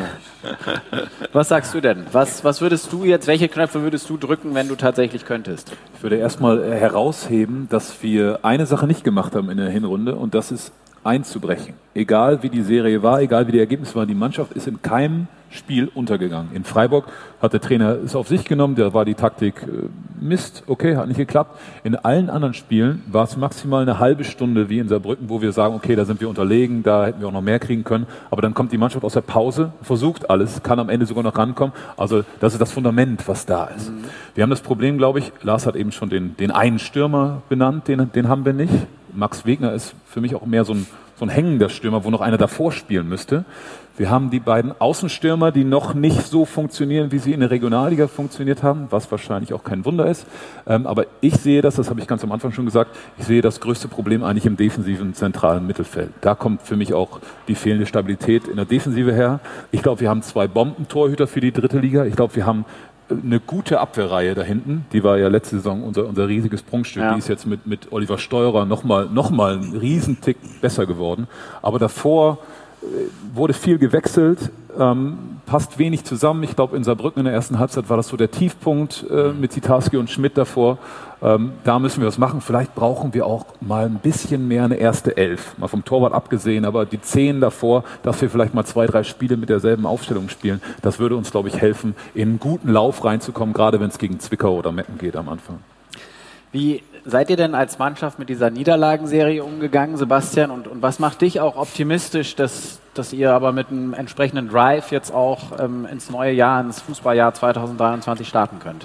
Was sagst du denn? Was, was würdest du jetzt, welche Knöpfe würdest du drücken, wenn du tatsächlich könntest? Ich würde erstmal herausheben, dass wir eine Sache nicht gemacht haben in der Hinrunde und das ist einzubrechen. Egal wie die Serie war, egal wie die Ergebnisse waren, die Mannschaft ist in keinem Spiel untergegangen. In Freiburg hat der Trainer es auf sich genommen, da war die Taktik äh, Mist, okay, hat nicht geklappt. In allen anderen Spielen war es maximal eine halbe Stunde wie in Saarbrücken, wo wir sagen, okay, da sind wir unterlegen, da hätten wir auch noch mehr kriegen können. Aber dann kommt die Mannschaft aus der Pause, versucht alles, kann am Ende sogar noch rankommen. Also das ist das Fundament, was da ist. Mhm. Wir haben das Problem, glaube ich, Lars hat eben schon den, den einen Stürmer benannt, den, den haben wir nicht. Max Wegner ist für mich auch mehr so ein so ein hängender Stürmer, wo noch einer davor spielen müsste. Wir haben die beiden Außenstürmer, die noch nicht so funktionieren, wie sie in der Regionalliga funktioniert haben, was wahrscheinlich auch kein Wunder ist. Ähm, aber ich sehe das, das habe ich ganz am Anfang schon gesagt, ich sehe das größte Problem eigentlich im defensiven zentralen Mittelfeld. Da kommt für mich auch die fehlende Stabilität in der Defensive her. Ich glaube, wir haben zwei Bombentorhüter für die dritte Liga. Ich glaube, wir haben eine gute Abwehrreihe da hinten. Die war ja letzte Saison unser, unser riesiges Prunkstück. Ja. Die ist jetzt mit, mit Oliver Steurer nochmal noch mal einen Riesentick besser geworden. Aber davor wurde viel gewechselt, ähm, passt wenig zusammen. Ich glaube, in Saarbrücken in der ersten Halbzeit war das so der Tiefpunkt äh, mit Zitarski und Schmidt davor. Ähm, da müssen wir was machen. Vielleicht brauchen wir auch mal ein bisschen mehr eine erste Elf. Mal vom Torwart abgesehen, aber die Zehn davor, dass wir vielleicht mal zwei, drei Spiele mit derselben Aufstellung spielen, das würde uns, glaube ich, helfen, in einen guten Lauf reinzukommen, gerade wenn es gegen Zwickau oder Meppen geht am Anfang. Wie seid ihr denn als Mannschaft mit dieser Niederlagenserie umgegangen, Sebastian? Und, und was macht dich auch optimistisch, dass, dass ihr aber mit einem entsprechenden Drive jetzt auch ähm, ins neue Jahr, ins Fußballjahr zwanzig dreiundzwanzig starten könnt?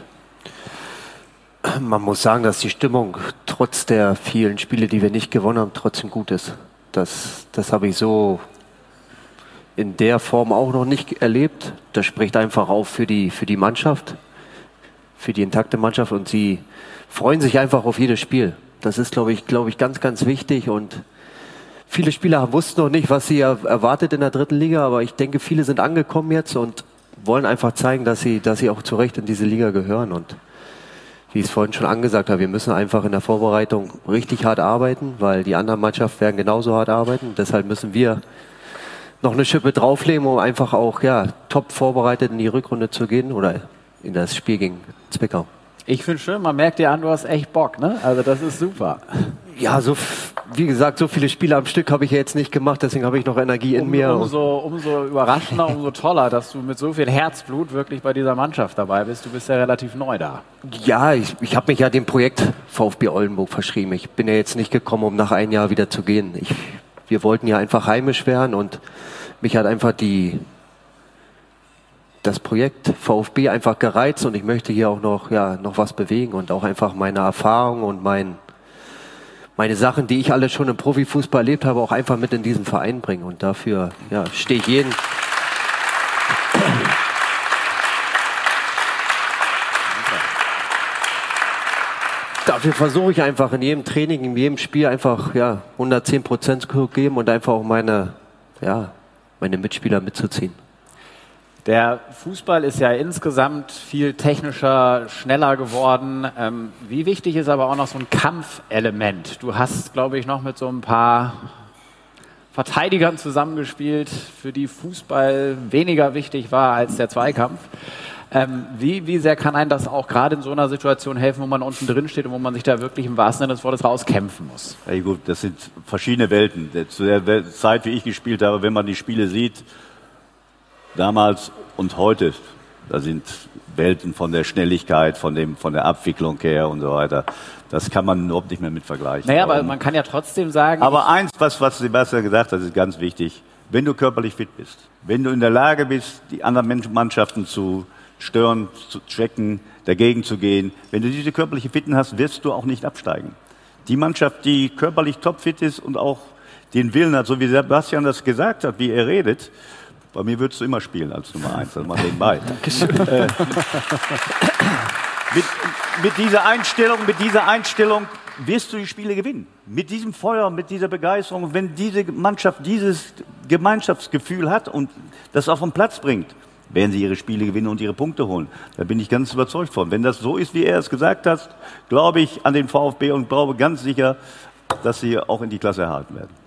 Man muss sagen, dass die Stimmung trotz der vielen Spiele, die wir nicht gewonnen haben, trotzdem gut ist. Das, das habe ich so in der Form auch noch nicht erlebt. Das spricht einfach auch für die, für die Mannschaft, für die intakte Mannschaft, und sie freuen sich einfach auf jedes Spiel. Das ist, glaube ich, glaube ich, ganz, ganz wichtig, und viele Spieler wussten noch nicht, was sie erwartet in der dritten Liga, aber ich denke, viele sind angekommen jetzt und wollen einfach zeigen, dass sie, dass sie auch zu Recht in diese Liga gehören. Und wie ich es vorhin schon angesagt habe, wir müssen einfach in der Vorbereitung richtig hart arbeiten, weil die anderen Mannschaften werden genauso hart arbeiten. Deshalb müssen wir noch eine Schippe drauflegen, um einfach auch ja, top vorbereitet in die Rückrunde zu gehen oder in das Spiel gegen Zwickau. Ich finde schön, man merkt dir an, du hast echt Bock, ne? Also das ist super. Ja, so wie gesagt, so viele Spiele am Stück habe ich ja jetzt nicht gemacht, deswegen habe ich noch Energie in um, mir. Umso, umso überraschender, umso toller, dass du mit so viel Herzblut wirklich bei dieser Mannschaft dabei bist. Du bist ja relativ neu da. Ja, ich, ich habe mich ja dem Projekt VfB Oldenburg verschrieben. Ich bin ja jetzt nicht gekommen, um nach einem Jahr wieder zu gehen. Ich, wir wollten ja einfach heimisch werden, und mich hat einfach die... das Projekt VfB einfach gereizt, und ich möchte hier auch noch, ja, noch was bewegen und auch einfach meine Erfahrung und mein, meine Sachen, die ich alle schon im Profifußball erlebt habe, auch einfach mit in diesen Verein bringen. Und dafür ja, stehe ich jeden. Dafür versuche ich einfach in jedem Training, in jedem Spiel einfach ja, hundertzehn Prozent zu geben und einfach auch meine, ja, meine Mitspieler mitzuziehen. Der Fußball ist ja insgesamt viel technischer, schneller geworden. Ähm, wie wichtig ist aber auch noch so ein Kampfelement? Du hast, glaube ich, noch mit so ein paar Verteidigern zusammengespielt, für die Fußball weniger wichtig war als der Zweikampf. Ähm, wie, wie sehr kann einem das auch gerade in so einer Situation helfen, wo man unten drin steht und wo man sich da wirklich im wahrsten Sinne des Wortes rauskämpfen muss? Ja, gut, das sind verschiedene Welten. Zu der Zeit, wie ich gespielt habe, wenn man die Spiele sieht, damals und heute, da sind Welten von der Schnelligkeit, von, dem, von der Abwicklung her und so weiter. Das kann man überhaupt nicht mehr mit vergleichen. Naja, aber man kann ja trotzdem sagen... Aber eins, was, was Sebastian gesagt hat, ist ganz wichtig. Wenn du körperlich fit bist, wenn du in der Lage bist, die anderen Mannschaften zu stören, zu checken, dagegen zu gehen, wenn du diese körperliche Fitness hast, wirst du auch nicht absteigen. Die Mannschaft, die körperlich topfit ist und auch den Willen hat, so wie Sebastian das gesagt hat, wie er redet, bei mir würdest du immer spielen als Nummer eins, das mal nebenbei. äh, mit, mit dieser Einstellung, mit dieser Einstellung wirst du die Spiele gewinnen. Mit diesem Feuer, mit dieser Begeisterung, wenn diese Mannschaft dieses Gemeinschaftsgefühl hat und das auf den Platz bringt, werden sie ihre Spiele gewinnen und ihre Punkte holen. Da bin ich ganz überzeugt von. Wenn das so ist, wie er es gesagt hat, glaube ich an den VfB und glaube ganz sicher, dass sie auch in die Klasse erhalten werden.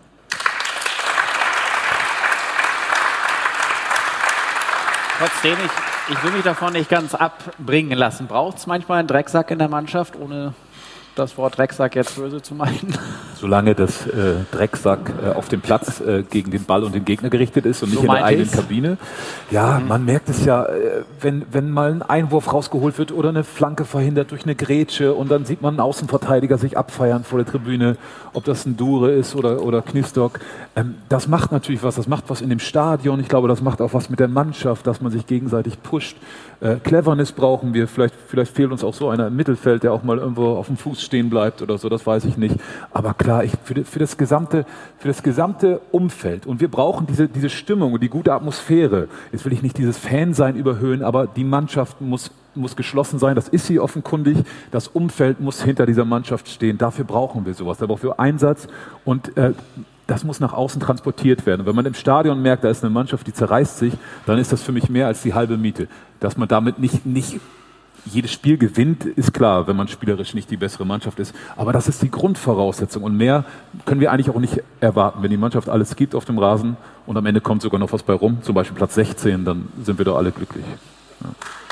Trotzdem, ich, ich will mich davon nicht ganz abbringen lassen. Braucht es manchmal einen Drecksack in der Mannschaft, ohne das Wort Drecksack jetzt böse zu meinen? Solange das äh, Drecksack äh, auf dem Platz äh, gegen den Ball und den Gegner gerichtet ist und nicht so in der eigenen ich's. Kabine. Ja, mhm. Man merkt es ja, äh, wenn, wenn mal ein Einwurf rausgeholt wird oder eine Flanke verhindert durch eine Grätsche und dann sieht man einen Außenverteidiger sich abfeiern vor der Tribüne, ob das ein Dure ist oder, oder Knistok. Ähm, das macht natürlich was, das macht was in dem Stadion. Ich glaube, das macht auch was mit der Mannschaft, dass man sich gegenseitig pusht. Äh, Cleverness brauchen wir, vielleicht, vielleicht fehlt uns auch so einer im Mittelfeld, der auch mal irgendwo auf dem Fuß stehen bleibt oder so, das weiß ich nicht. Aber klar, ich, für, für, das gesamte, für das gesamte Umfeld und wir brauchen diese, diese Stimmung und die gute Atmosphäre. Jetzt will ich nicht dieses Fansein überhöhen, aber die Mannschaft muss, muss geschlossen sein, das ist sie offenkundig. Das Umfeld muss hinter dieser Mannschaft stehen. Dafür brauchen wir sowas. Da brauchen wir Einsatz und äh, das muss nach außen transportiert werden. Und wenn man im Stadion merkt, da ist eine Mannschaft, die zerreißt sich, dann ist das für mich mehr als die halbe Miete. Dass man damit nicht, nicht jedes Spiel gewinnt, ist klar, wenn man spielerisch nicht die bessere Mannschaft ist. Aber das ist die Grundvoraussetzung. Und mehr können wir eigentlich auch nicht erwarten. Wenn die Mannschaft alles gibt auf dem Rasen und am Ende kommt sogar noch was bei rum, zum Beispiel Platz sechzehn, dann sind wir doch alle glücklich. Ja.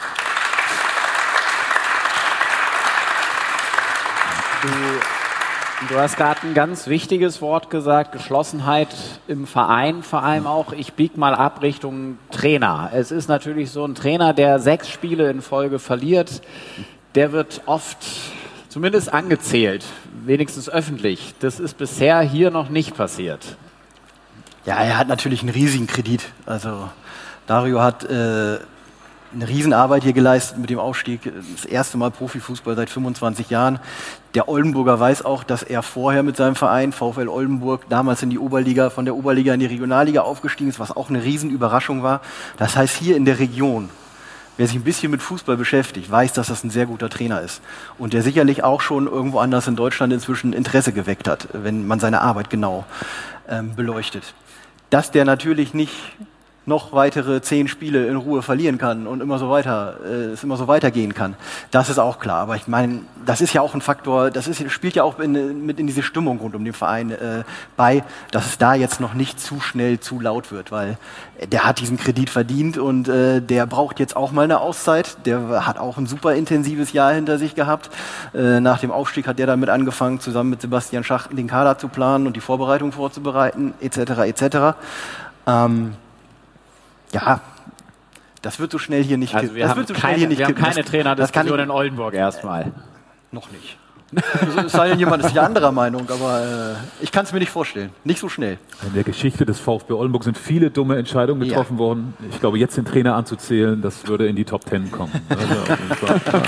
Du Du hast gerade ein ganz wichtiges Wort gesagt, Geschlossenheit im Verein vor allem auch. Ich biege mal ab Richtung Trainer. Es ist natürlich so ein Trainer, der sechs Spiele in Folge verliert, der wird oft zumindest angezählt, wenigstens öffentlich. Das ist bisher hier noch nicht passiert. Ja, er hat natürlich einen riesigen Kredit. Also Dario hat äh, eine Riesenarbeit hier geleistet mit dem Aufstieg. Das erste Mal Profifußball seit fünfundzwanzig Jahren. Der Oldenburger weiß auch, dass er vorher mit seinem Verein VfL Oldenburg damals in die Oberliga, von der Oberliga in die Regionalliga aufgestiegen ist, was auch eine Riesenüberraschung war. Das heißt, hier in der Region, wer sich ein bisschen mit Fußball beschäftigt, weiß, dass das ein sehr guter Trainer ist. Und der sicherlich auch schon irgendwo anders in Deutschland inzwischen Interesse geweckt hat, wenn man seine Arbeit genau ähm, beleuchtet. Dass der natürlich nicht noch weitere zehn Spiele in Ruhe verlieren kann und immer so weiter, äh, es immer so weitergehen kann. Das ist auch klar. Aber ich meine, das ist ja auch ein Faktor, das ist, spielt ja auch in, mit in diese Stimmung rund um den Verein äh, bei, dass es da jetzt noch nicht zu schnell zu laut wird, weil der hat diesen Kredit verdient und äh, der braucht jetzt auch mal eine Auszeit. Der hat auch ein super intensives Jahr hinter sich gehabt. Äh, nach dem Aufstieg hat der damit angefangen, zusammen mit Sebastian Schach den Kader zu planen und die Vorbereitung vorzubereiten, et cetera et cetera. Ähm, Ja, das wird so schnell hier nicht. Also wir das haben wird so keine, schnell hier nicht wir haben keine das, Trainerdiskussion das in Oldenburg erstmal. Noch nicht. Es sei denn, jemand ist ja anderer Meinung, aber äh, ich kann es mir nicht vorstellen. Nicht so schnell. In der Geschichte des VfB Oldenburg sind viele dumme Entscheidungen getroffen ja. worden. Ich glaube, jetzt den Trainer anzuzählen, das würde in die Top Ten kommen. Also auf jeden Fall, ja.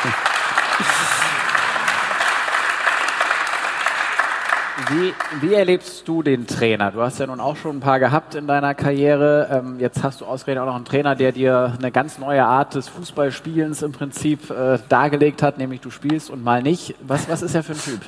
Wie, wie erlebst du den Trainer? Du hast ja nun auch schon ein paar gehabt in deiner Karriere. Ähm, jetzt hast du ausgerechnet auch noch einen Trainer, der dir eine ganz neue Art des Fußballspielens im Prinzip äh, dargelegt hat, nämlich du spielst und mal nicht. Was, was ist er für ein Typ?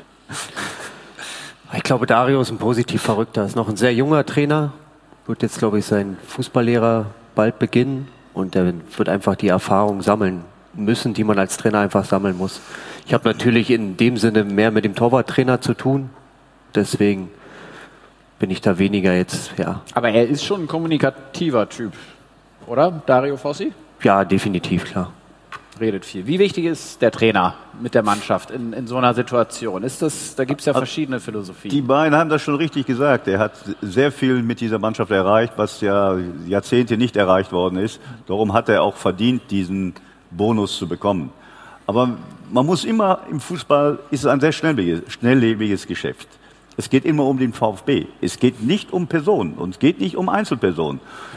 Ich glaube, Dario ist ein positiv Verrückter. Ist noch ein sehr junger Trainer. Wird jetzt, glaube ich, sein Fußballlehrer bald beginnen. Und er wird einfach die Erfahrung sammeln müssen, die man als Trainer einfach sammeln muss. Ich habe natürlich in dem Sinne mehr mit dem Torwarttrainer zu tun. Deswegen bin ich da weniger jetzt, ja. Aber er ist schon ein kommunikativer Typ, oder? Dario Fossi? Ja, definitiv, klar. Redet viel. Wie wichtig ist der Trainer mit der Mannschaft in, in so einer Situation? Ist das, da gibt es ja verschiedene Philosophien. Die beiden haben das schon richtig gesagt. Er hat sehr viel mit dieser Mannschaft erreicht, was ja Jahrzehnte nicht erreicht worden ist. Darum hat er auch verdient, diesen Bonus zu bekommen. Aber man muss immer, im Fußball ist es ein sehr schnelllebiges, schnelllebiges Geschäft. Es geht immer um den VfB. Es geht nicht um Personen und es geht nicht um Einzelpersonen.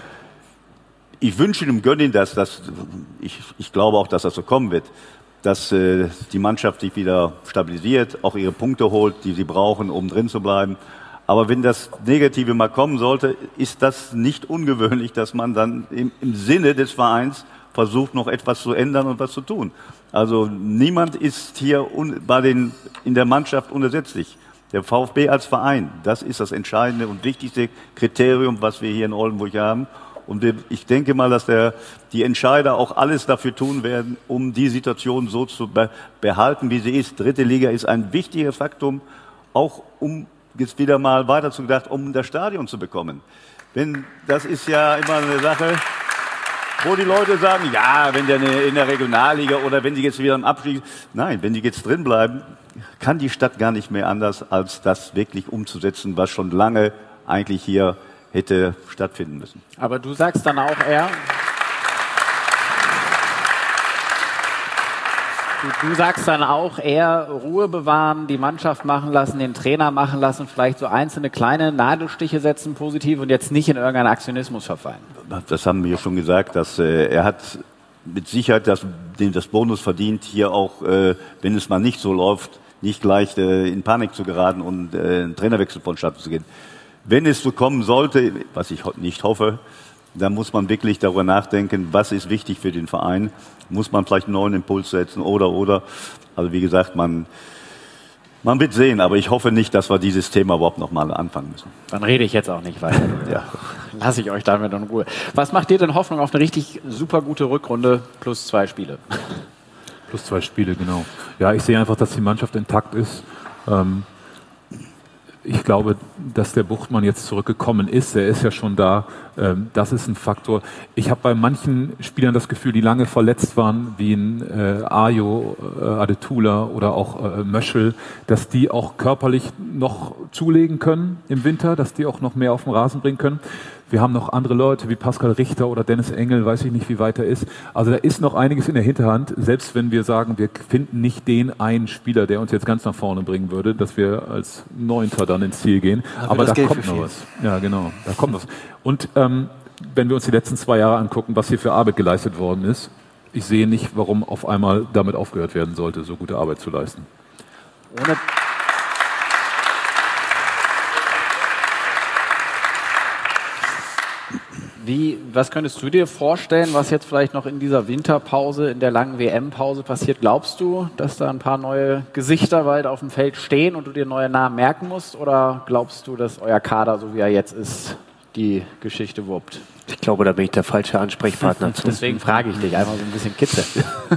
Ich wünsche ihm, gönne ihm das, dass, ich, ich glaube auch, dass das so kommen wird, dass äh, die Mannschaft sich wieder stabilisiert, auch ihre Punkte holt, die sie brauchen, um drin zu bleiben. Aber wenn das Negative mal kommen sollte, ist das nicht ungewöhnlich, dass man dann im, im Sinne des Vereins versucht, noch etwas zu ändern und was zu tun. Also niemand ist hier un, bei den, in der Mannschaft unersetzlich. Der VfB als Verein, das ist das entscheidende und wichtigste Kriterium, was wir hier in Oldenburg haben. Und wir, ich denke mal, dass der, die Entscheider auch alles dafür tun werden, um die Situation so zu be- behalten, wie sie ist. Dritte Liga ist ein wichtiges Faktum, auch um jetzt wieder mal weiter zu gedacht, um das Stadion zu bekommen. Denn das ist ja immer eine Sache, wo die Leute sagen, ja, wenn der in der Regionalliga oder wenn die jetzt wieder im Abstieg, nein, wenn die jetzt drin bleiben, kann die Stadt gar nicht mehr anders, als das wirklich umzusetzen, was schon lange eigentlich hier hätte stattfinden müssen. Aber du sagst dann auch eher, du, du sagst dann auch eher Ruhe bewahren, die Mannschaft machen lassen, den Trainer machen lassen, vielleicht so einzelne kleine Nadelstiche setzen, positiv und jetzt nicht in irgendeinen Aktionismus verfallen. Das haben wir schon gesagt, dass äh, er hat mit Sicherheit das, den, das Bonus verdient, hier auch, äh, wenn es mal nicht so läuft, nicht gleich äh, in Panik zu geraten und äh, einen Trainerwechsel vonstatten zu gehen. Wenn es so kommen sollte, was ich ho- nicht hoffe, dann muss man wirklich darüber nachdenken, was ist wichtig für den Verein. Muss man vielleicht einen neuen Impuls setzen oder, oder. Also wie gesagt, man, man wird sehen, aber ich hoffe nicht, dass wir dieses Thema überhaupt nochmal anfangen müssen. Dann rede ich jetzt auch nicht weiter. Ja. Lasse ich euch damit in Ruhe. Was macht dir denn Hoffnung auf eine richtig super gute Rückrunde plus zwei Spiele? Plus zwei Spiele, genau. Ja, ich sehe einfach, dass die Mannschaft intakt ist. Ähm, ich glaube, dass der Buchtmann jetzt zurückgekommen ist. Er ist ja schon da. Ähm, das ist ein Faktor. Ich habe bei manchen Spielern das Gefühl, die lange verletzt waren, wie ein äh, Ajo, äh, Adetula oder auch äh, Möschel, dass die auch körperlich noch zulegen können im Winter, dass die auch noch mehr auf den Rasen bringen können. Wir haben noch andere Leute wie Pascal Richter oder Dennis Engel, weiß ich nicht, wie weit er ist. Also da ist noch einiges in der Hinterhand, selbst wenn wir sagen, wir finden nicht den einen Spieler, der uns jetzt ganz nach vorne bringen würde, dass wir als Neunter dann ins Ziel gehen. Da Aber da Geld kommt noch was. Ja, genau, da kommt was. Und ähm, wenn wir uns die letzten zwei Jahre angucken, was hier für Arbeit geleistet worden ist, ich sehe nicht, warum auf einmal damit aufgehört werden sollte, so gute Arbeit zu leisten. Ohne Wie, was könntest du dir vorstellen, was jetzt vielleicht noch in dieser Winterpause, in der langen W M-Pause passiert? Glaubst du, dass da ein paar neue Gesichter bald auf dem Feld stehen und du dir neue Namen merken musst? Oder glaubst du, dass euer Kader, so wie er jetzt ist, die Geschichte wuppt? Ich glaube, da bin ich der falsche Ansprechpartner zu. Deswegen frage ich dich, einfach so ein bisschen kitzeln.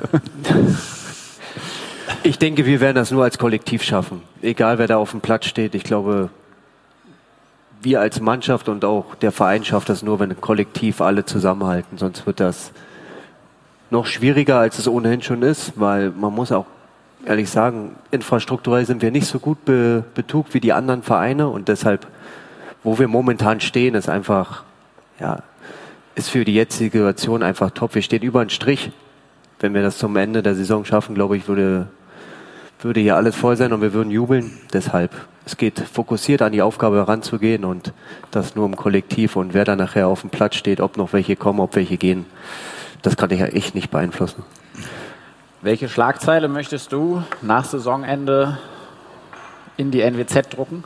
Ich denke, wir werden das nur als Kollektiv schaffen. Egal, wer da auf dem Platz steht. Ich glaube, wir als Mannschaft und auch der Verein schafft das nur, wenn kollektiv alle zusammenhalten. Sonst wird das noch schwieriger, als es ohnehin schon ist, weil man muss auch ehrlich sagen, infrastrukturell sind wir nicht so gut be- betugt wie die anderen Vereine und deshalb, wo wir momentan stehen, ist einfach, ja, ist für die jetzige Situation einfach top. Wir stehen über den Strich. Wenn wir das zum Ende der Saison schaffen, glaube ich, würde, würde hier alles voll sein und wir würden jubeln. Deshalb, es geht fokussiert an die Aufgabe heranzugehen und das nur im Kollektiv. Und wer dann nachher auf dem Platz steht, ob noch welche kommen, ob welche gehen, das kann ich ja echt nicht beeinflussen. Welche Schlagzeile möchtest du nach Saisonende in die N W Z drucken?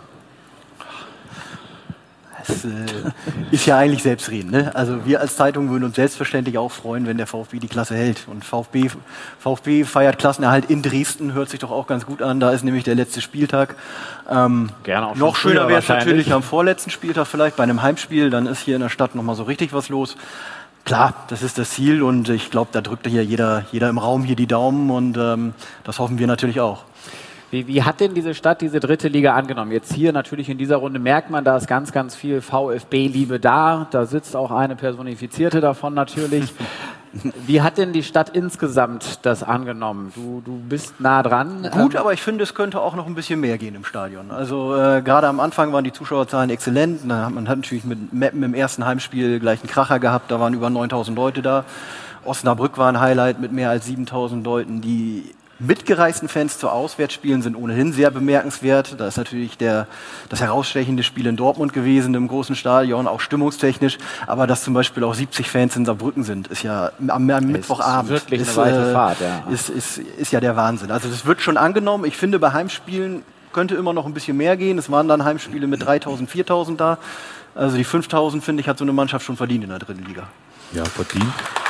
Das äh, ist ja eigentlich selbstredend. Ne? Also wir als Zeitung würden uns selbstverständlich auch freuen, wenn der VfB die Klasse hält. Und VfB, VfB feiert Klassenerhalt in Dresden, hört sich doch auch ganz gut an. Da ist nämlich der letzte Spieltag. Ähm, Gerne auch noch schöner wäre es natürlich wahrscheinlich am vorletzten Spieltag vielleicht bei einem Heimspiel. Dann ist hier in der Stadt nochmal so richtig was los. Klar, das ist das Ziel und ich glaube, da drückt hier jeder, jeder im Raum hier die Daumen und ähm, das hoffen wir natürlich auch. Wie, wie hat denn diese Stadt diese dritte Liga angenommen? Jetzt hier natürlich in dieser Runde merkt man, da ist ganz, ganz viel VfB-Liebe da. Da sitzt auch eine Personifizierte davon natürlich. Wie hat denn die Stadt insgesamt das angenommen? Du, du bist nah dran. Gut, ähm, aber ich finde, es könnte auch noch ein bisschen mehr gehen im Stadion. Also äh, gerade am Anfang waren die Zuschauerzahlen exzellent. Man hat natürlich mit Meppen im ersten Heimspiel gleich einen Kracher gehabt. Da waren über neuntausend Leute da. Osnabrück war ein Highlight mit mehr als siebentausend Leuten. Die mitgereisten Fans zu Auswärtsspielen sind ohnehin sehr bemerkenswert. Da ist natürlich der, das herausstechende Spiel in Dortmund gewesen, im großen Stadion, auch stimmungstechnisch. Aber dass zum Beispiel auch siebzig Fans in Saarbrücken sind, ist ja am, am Mittwochabend. Ist wirklich ist, eine weite äh, Fahrt, ja. Ist, ist, ist ja der Wahnsinn. Also das wird schon angenommen. Ich finde, bei Heimspielen könnte immer noch ein bisschen mehr gehen. Es waren dann Heimspiele mit dreitausend, viertausend da. Also die fünftausend, finde ich, hat so eine Mannschaft schon verdient in der dritten Liga. Ja, verdient.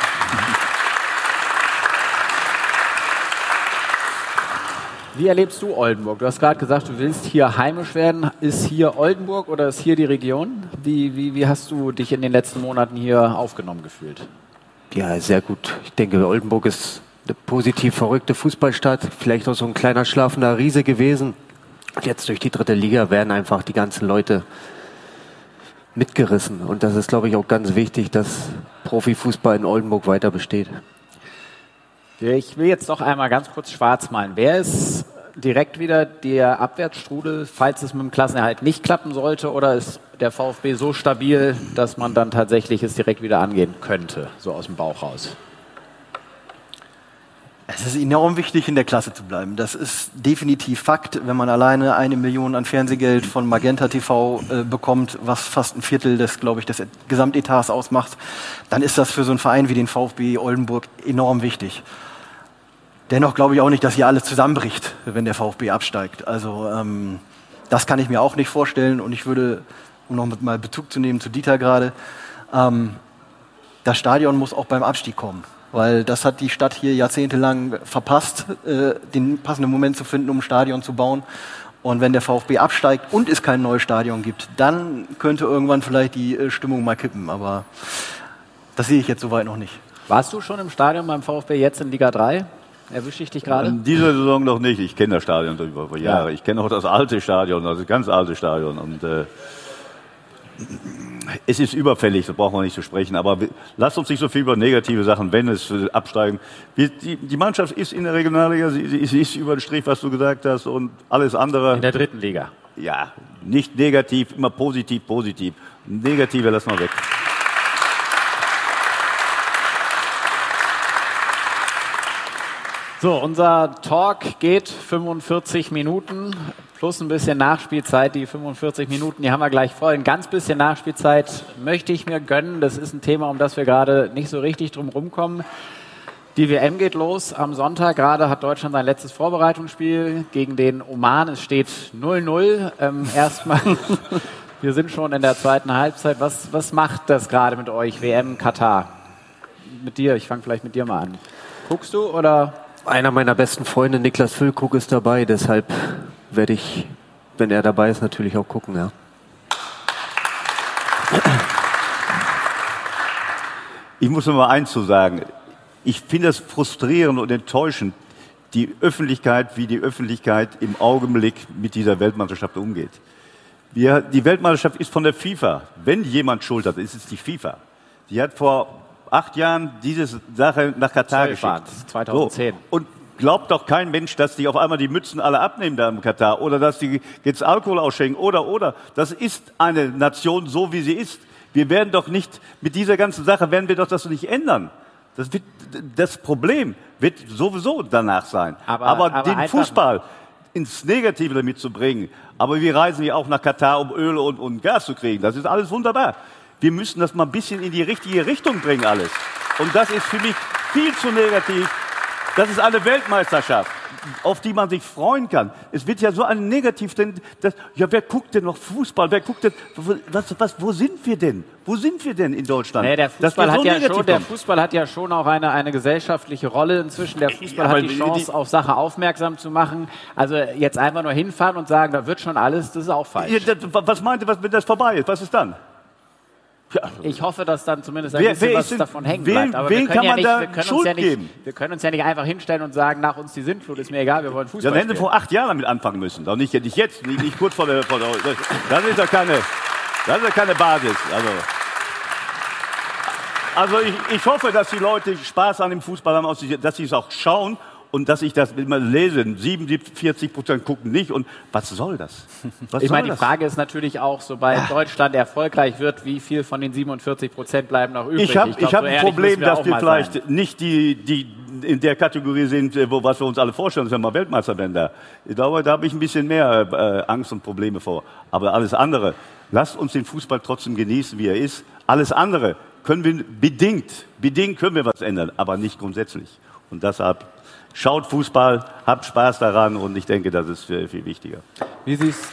Wie erlebst du Oldenburg? Du hast gerade gesagt, du willst hier heimisch werden. Ist hier Oldenburg oder ist hier die Region? Wie, wie, wie hast du dich in den letzten Monaten hier aufgenommen gefühlt? Ja, sehr gut. Ich denke, Oldenburg ist eine positiv verrückte Fußballstadt. Vielleicht auch so ein kleiner schlafender Riese gewesen. Jetzt durch die dritte Liga werden einfach die ganzen Leute mitgerissen. Und das ist, glaube ich, auch ganz wichtig, dass Profifußball in Oldenburg weiter besteht. Ich will jetzt noch einmal ganz kurz schwarz malen. Wer ist direkt wieder der Abwärtsstrudel, falls es mit dem Klassenerhalt nicht klappen sollte? Oder ist der VfB so stabil, dass man dann tatsächlich es direkt wieder angehen könnte, so aus dem Bauch raus? Es ist enorm wichtig, in der Klasse zu bleiben. Das ist definitiv Fakt. Wenn man alleine eine Million an Fernsehgeld von Magenta T V äh, bekommt, was fast ein Viertel des, glaube ich, des Gesamtetats ausmacht, dann ist das für so einen Verein wie den VfB Oldenburg enorm wichtig. dennoch glaube ich auch nicht, dass hier alles zusammenbricht, wenn der VfB absteigt. Also ähm, das kann ich mir auch nicht vorstellen. Und ich würde, um noch mal Bezug zu nehmen zu Dieter gerade, ähm, das Stadion muss auch beim Abstieg kommen. Weil das hat die Stadt hier jahrzehntelang verpasst, äh, den passenden Moment zu finden, um ein Stadion zu bauen. Und wenn der VfB absteigt und es kein neues Stadion gibt, dann könnte irgendwann vielleicht die äh, Stimmung mal kippen. Aber das sehe ich jetzt soweit noch nicht. Warst du schon im Stadion beim VfB jetzt in Liga drei? Erwische ich dich gerade? In dieser Saison noch nicht. Ich kenne das Stadion über vor Jahren. Ja. Ich kenne auch das alte Stadion, das ganz alte Stadion. Und äh, es ist überfällig, da brauchen wir nicht zu sprechen. Aber wir, lasst uns nicht so viel über negative Sachen, wenn es äh, absteigen. Wir, die, die Mannschaft ist in der Regionalliga, sie, sie, sie ist über den Strich, was du gesagt hast, und alles andere. In der dritten Liga. Ja, nicht negativ, immer positiv, positiv. Negative lassen wir weg. So, unser Talk geht fünfundvierzig Minuten plus ein bisschen Nachspielzeit. Die fünfundvierzig Minuten, die haben wir gleich voll. Ein ganz bisschen Nachspielzeit möchte ich mir gönnen. Das ist ein Thema, um das wir gerade nicht so richtig drum rumkommen. Die W M geht los am Sonntag. Gerade hat Deutschland sein letztes Vorbereitungsspiel gegen den Oman. Es steht null null. Ähm, erstmal, wir sind schon in der zweiten Halbzeit. Was, was macht das gerade mit euch, W M Katar? Mit dir, ich fange vielleicht mit dir mal an. Guckst du oder... Einer meiner besten Freunde, Niklas Füllkrug, ist dabei, deshalb werde ich, wenn er dabei ist, natürlich auch gucken, ja. Ich muss noch mal eins zu sagen. Ich finde es frustrierend und enttäuschend, die Öffentlichkeit, wie die Öffentlichkeit im Augenblick mit dieser Weltmeisterschaft umgeht. Wir, die Weltmeisterschaft ist von der FIFA. Wenn jemand Schuld hat, ist es die FIFA. Die hat vor acht Jahren diese Sache nach Katar geschickt. zweitausendzehn. So. Und glaubt doch kein Mensch, dass die auf einmal die Mützen alle abnehmen da im Katar oder dass die jetzt Alkohol ausschenken oder, oder. Das ist eine Nation so, wie sie ist. Wir werden doch nicht, mit dieser ganzen Sache werden wir doch das nicht ändern. Das, wird, das Problem wird sowieso danach sein. Aber, aber, aber den Fußball ins Negative damit zu bringen. Aber wir reisen ja auch nach Katar, um Öl und, und Gas zu kriegen. Das ist alles wunderbar. Wir müssen das mal ein bisschen in die richtige Richtung bringen, alles. Und das ist für mich viel zu negativ. Das ist eine Weltmeisterschaft, auf die man sich freuen kann. Es wird ja so ein Negativ, denn das, ja, wer guckt denn noch Fußball? Wer guckt denn, was, was, wo sind wir denn? Wo sind wir denn in Deutschland? Nee, der, Fußball hat so ja schon, der kommt. Fußball hat ja schon auch eine, eine gesellschaftliche Rolle inzwischen. Der Fußball Ja, hat die Chance, die, auf Sachen aufmerksam zu machen. Also jetzt einfach nur hinfahren und sagen, da wird schon alles, das ist auch falsch. Ja, das, was meint ihr, was, wenn das vorbei ist? Was ist dann? Ja. Ich hoffe, dass dann zumindest ein Wer, bisschen wer was denn, davon hängen wen, bleibt. Aber wen wir können kann ja man nicht, da wir können Schuld uns ja nicht, geben? wir können uns ja nicht einfach hinstellen und sagen, nach uns die Sintflut, ist mir egal, wir wollen Fußball Dann hätten wir spielen. vor acht Jahren damit anfangen müssen. Doch nicht, nicht jetzt, nicht, nicht kurz vor der, vor der. Das ist ja keine, das ist ja keine Basis. Also, also ich, ich hoffe, dass die Leute Spaß an dem Fußball haben, dass sie es auch schauen. Und dass ich das immer lese, siebenundvierzig Prozent gucken nicht. Und was soll das? Was Ich soll meine, die das? Frage ist natürlich auch, sobald Deutschland erfolgreich wird, wie viel von den siebenundvierzig Prozent bleiben noch übrig? Ich habe glaub, ich hab so ein ehrlich Problem, müssen wir dass auch wir mal vielleicht sein. nicht die, die in der Kategorie sind, wo, was wir uns alle vorstellen, wenn wir Weltmeister werden da. Ich glaube, da habe ich ein bisschen mehr äh, Angst und Probleme vor. Aber alles andere, lasst uns den Fußball trotzdem genießen, wie er ist. Alles andere können wir bedingt, bedingt können wir was ändern, aber nicht grundsätzlich. Und deshalb schaut Fußball, habt Spaß daran und ich denke, das ist viel, viel wichtiger. Wie siehst,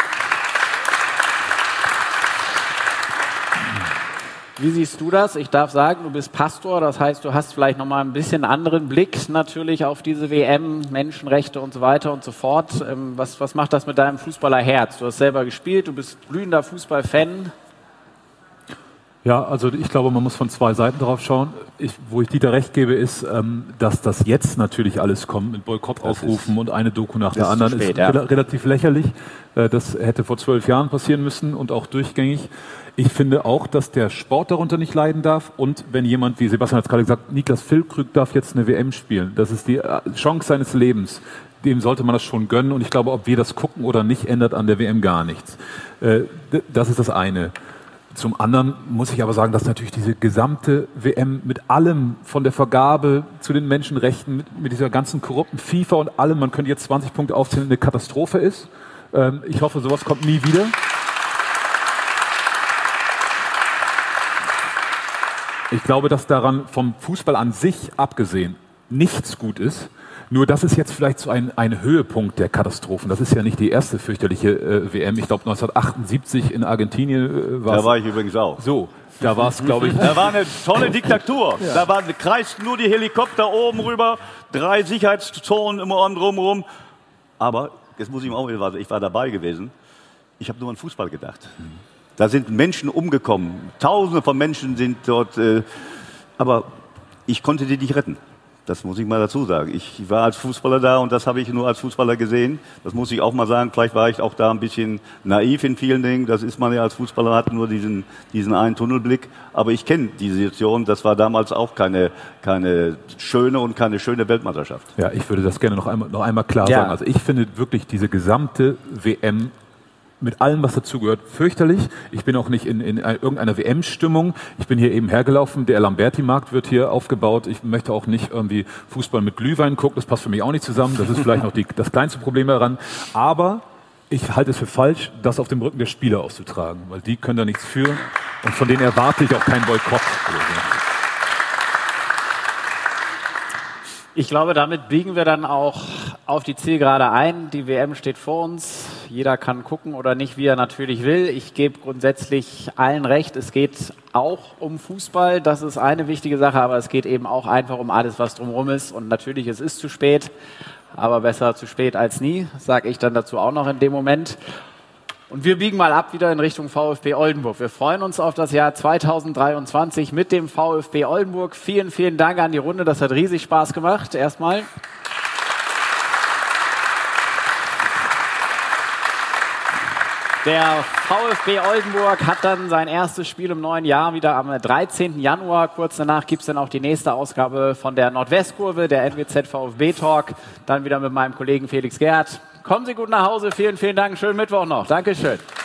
wie siehst du das? Ich darf sagen, du bist Pastor, das heißt, du hast vielleicht nochmal ein bisschen anderen Blick natürlich auf diese W M, Menschenrechte und so weiter und so fort. Ähm, was, was macht das mit deinem Fußballerherz? Du hast selber gespielt, du bist glühender Fußballfan. Ja, also ich glaube, man muss von zwei Seiten drauf schauen. Ich, wo ich Dieter recht gebe, ist, ähm, dass das jetzt natürlich alles kommt mit Boykottaufrufen und eine Doku nach der ist anderen zu spät, ist ja. re relativ lächerlich. Äh, das hätte vor zwölf Jahren passieren müssen und auch durchgängig. Ich finde auch, dass der Sport darunter nicht leiden darf. Und wenn jemand, wie Sebastian hat es gerade gesagt, Niklas Füllkrug darf jetzt eine W M spielen. Das ist die Chance seines Lebens. Dem sollte man das schon gönnen. Und ich glaube, ob wir das gucken oder nicht, ändert an der W M gar nichts. Äh, das ist das eine. Zum anderen muss ich aber sagen, dass natürlich diese gesamte W M mit allem, von der Vergabe zu den Menschenrechten, mit, mit dieser ganzen korrupten FIFA und allem, man könnte jetzt zwanzig Punkte aufzählen, eine Katastrophe ist. Ähm, ich hoffe, sowas kommt nie wieder. Ich glaube, dass daran vom Fußball an sich abgesehen nichts gut ist. Nur das ist jetzt vielleicht so ein, ein Höhepunkt der Katastrophen. Das ist ja nicht die erste fürchterliche äh, W M. Ich glaube neunzehnhundertachtundsiebzig in Argentinien äh, war Da war ich übrigens auch. So, da war es, glaube ich. Da war eine tolle Diktatur. Ja. Da waren, kreisten nur die Helikopter oben rüber, drei Sicherheitszonen immer um drumherum. Aber, jetzt muss ich mal auch, ich war dabei gewesen, ich habe nur an Fußball gedacht. Da sind Menschen umgekommen. Tausende von Menschen sind dort, äh, aber ich konnte die nicht retten. Das muss ich mal dazu sagen. Ich war als Fußballer da und das habe ich nur als Fußballer gesehen. Das muss ich auch mal sagen. Vielleicht war ich auch da ein bisschen naiv in vielen Dingen. Das ist man ja als Fußballer, hat nur diesen, diesen einen Tunnelblick. Aber ich kenne die Situation. Das war damals auch keine, keine schöne und keine schöne Weltmeisterschaft. Ja, ich würde das gerne noch einmal, noch einmal klar ja. sagen. Also ich finde wirklich diese gesamte W M mit allem, was dazugehört, fürchterlich. Ich bin auch nicht in, in irgendeiner W M-Stimmung. Ich bin hier eben hergelaufen. Der Lamberti-Markt wird hier aufgebaut. Ich möchte auch nicht irgendwie Fußball mit Glühwein gucken. Das passt für mich auch nicht zusammen. Das ist vielleicht noch die, das kleinste Problem daran. Aber ich halte es für falsch, das auf dem Rücken der Spieler auszutragen, weil die können da nichts für. Und von denen erwarte ich auch keinen Boykott oder so. Ich glaube, damit biegen wir dann auch auf die Zielgerade ein. Die W M steht vor uns. Jeder kann gucken oder nicht, wie er natürlich will. Ich gebe grundsätzlich allen recht. Es geht auch um Fußball. Das ist eine wichtige Sache, aber es geht eben auch einfach um alles, was drumherum ist. Und natürlich, es ist zu spät, aber besser zu spät als nie, sage ich dann dazu auch noch in dem Moment. Und wir biegen mal ab wieder in Richtung VfB Oldenburg. Wir freuen uns auf das Jahr zweitausenddreiundzwanzig mit dem VfB Oldenburg. Vielen, vielen Dank an die Runde. Das hat riesig Spaß gemacht. Erstmal. Der VfB Oldenburg hat dann sein erstes Spiel im neuen Jahr wieder am dreizehnten Januar. Kurz danach gibt es dann auch die nächste Ausgabe von der Nordwestkurve, der N W Z VfB Talk. Dann wieder mit meinem Kollegen Felix Gerhardt. Kommen Sie gut nach Hause. Vielen, vielen Dank. Schönen Mittwoch noch. Dankeschön.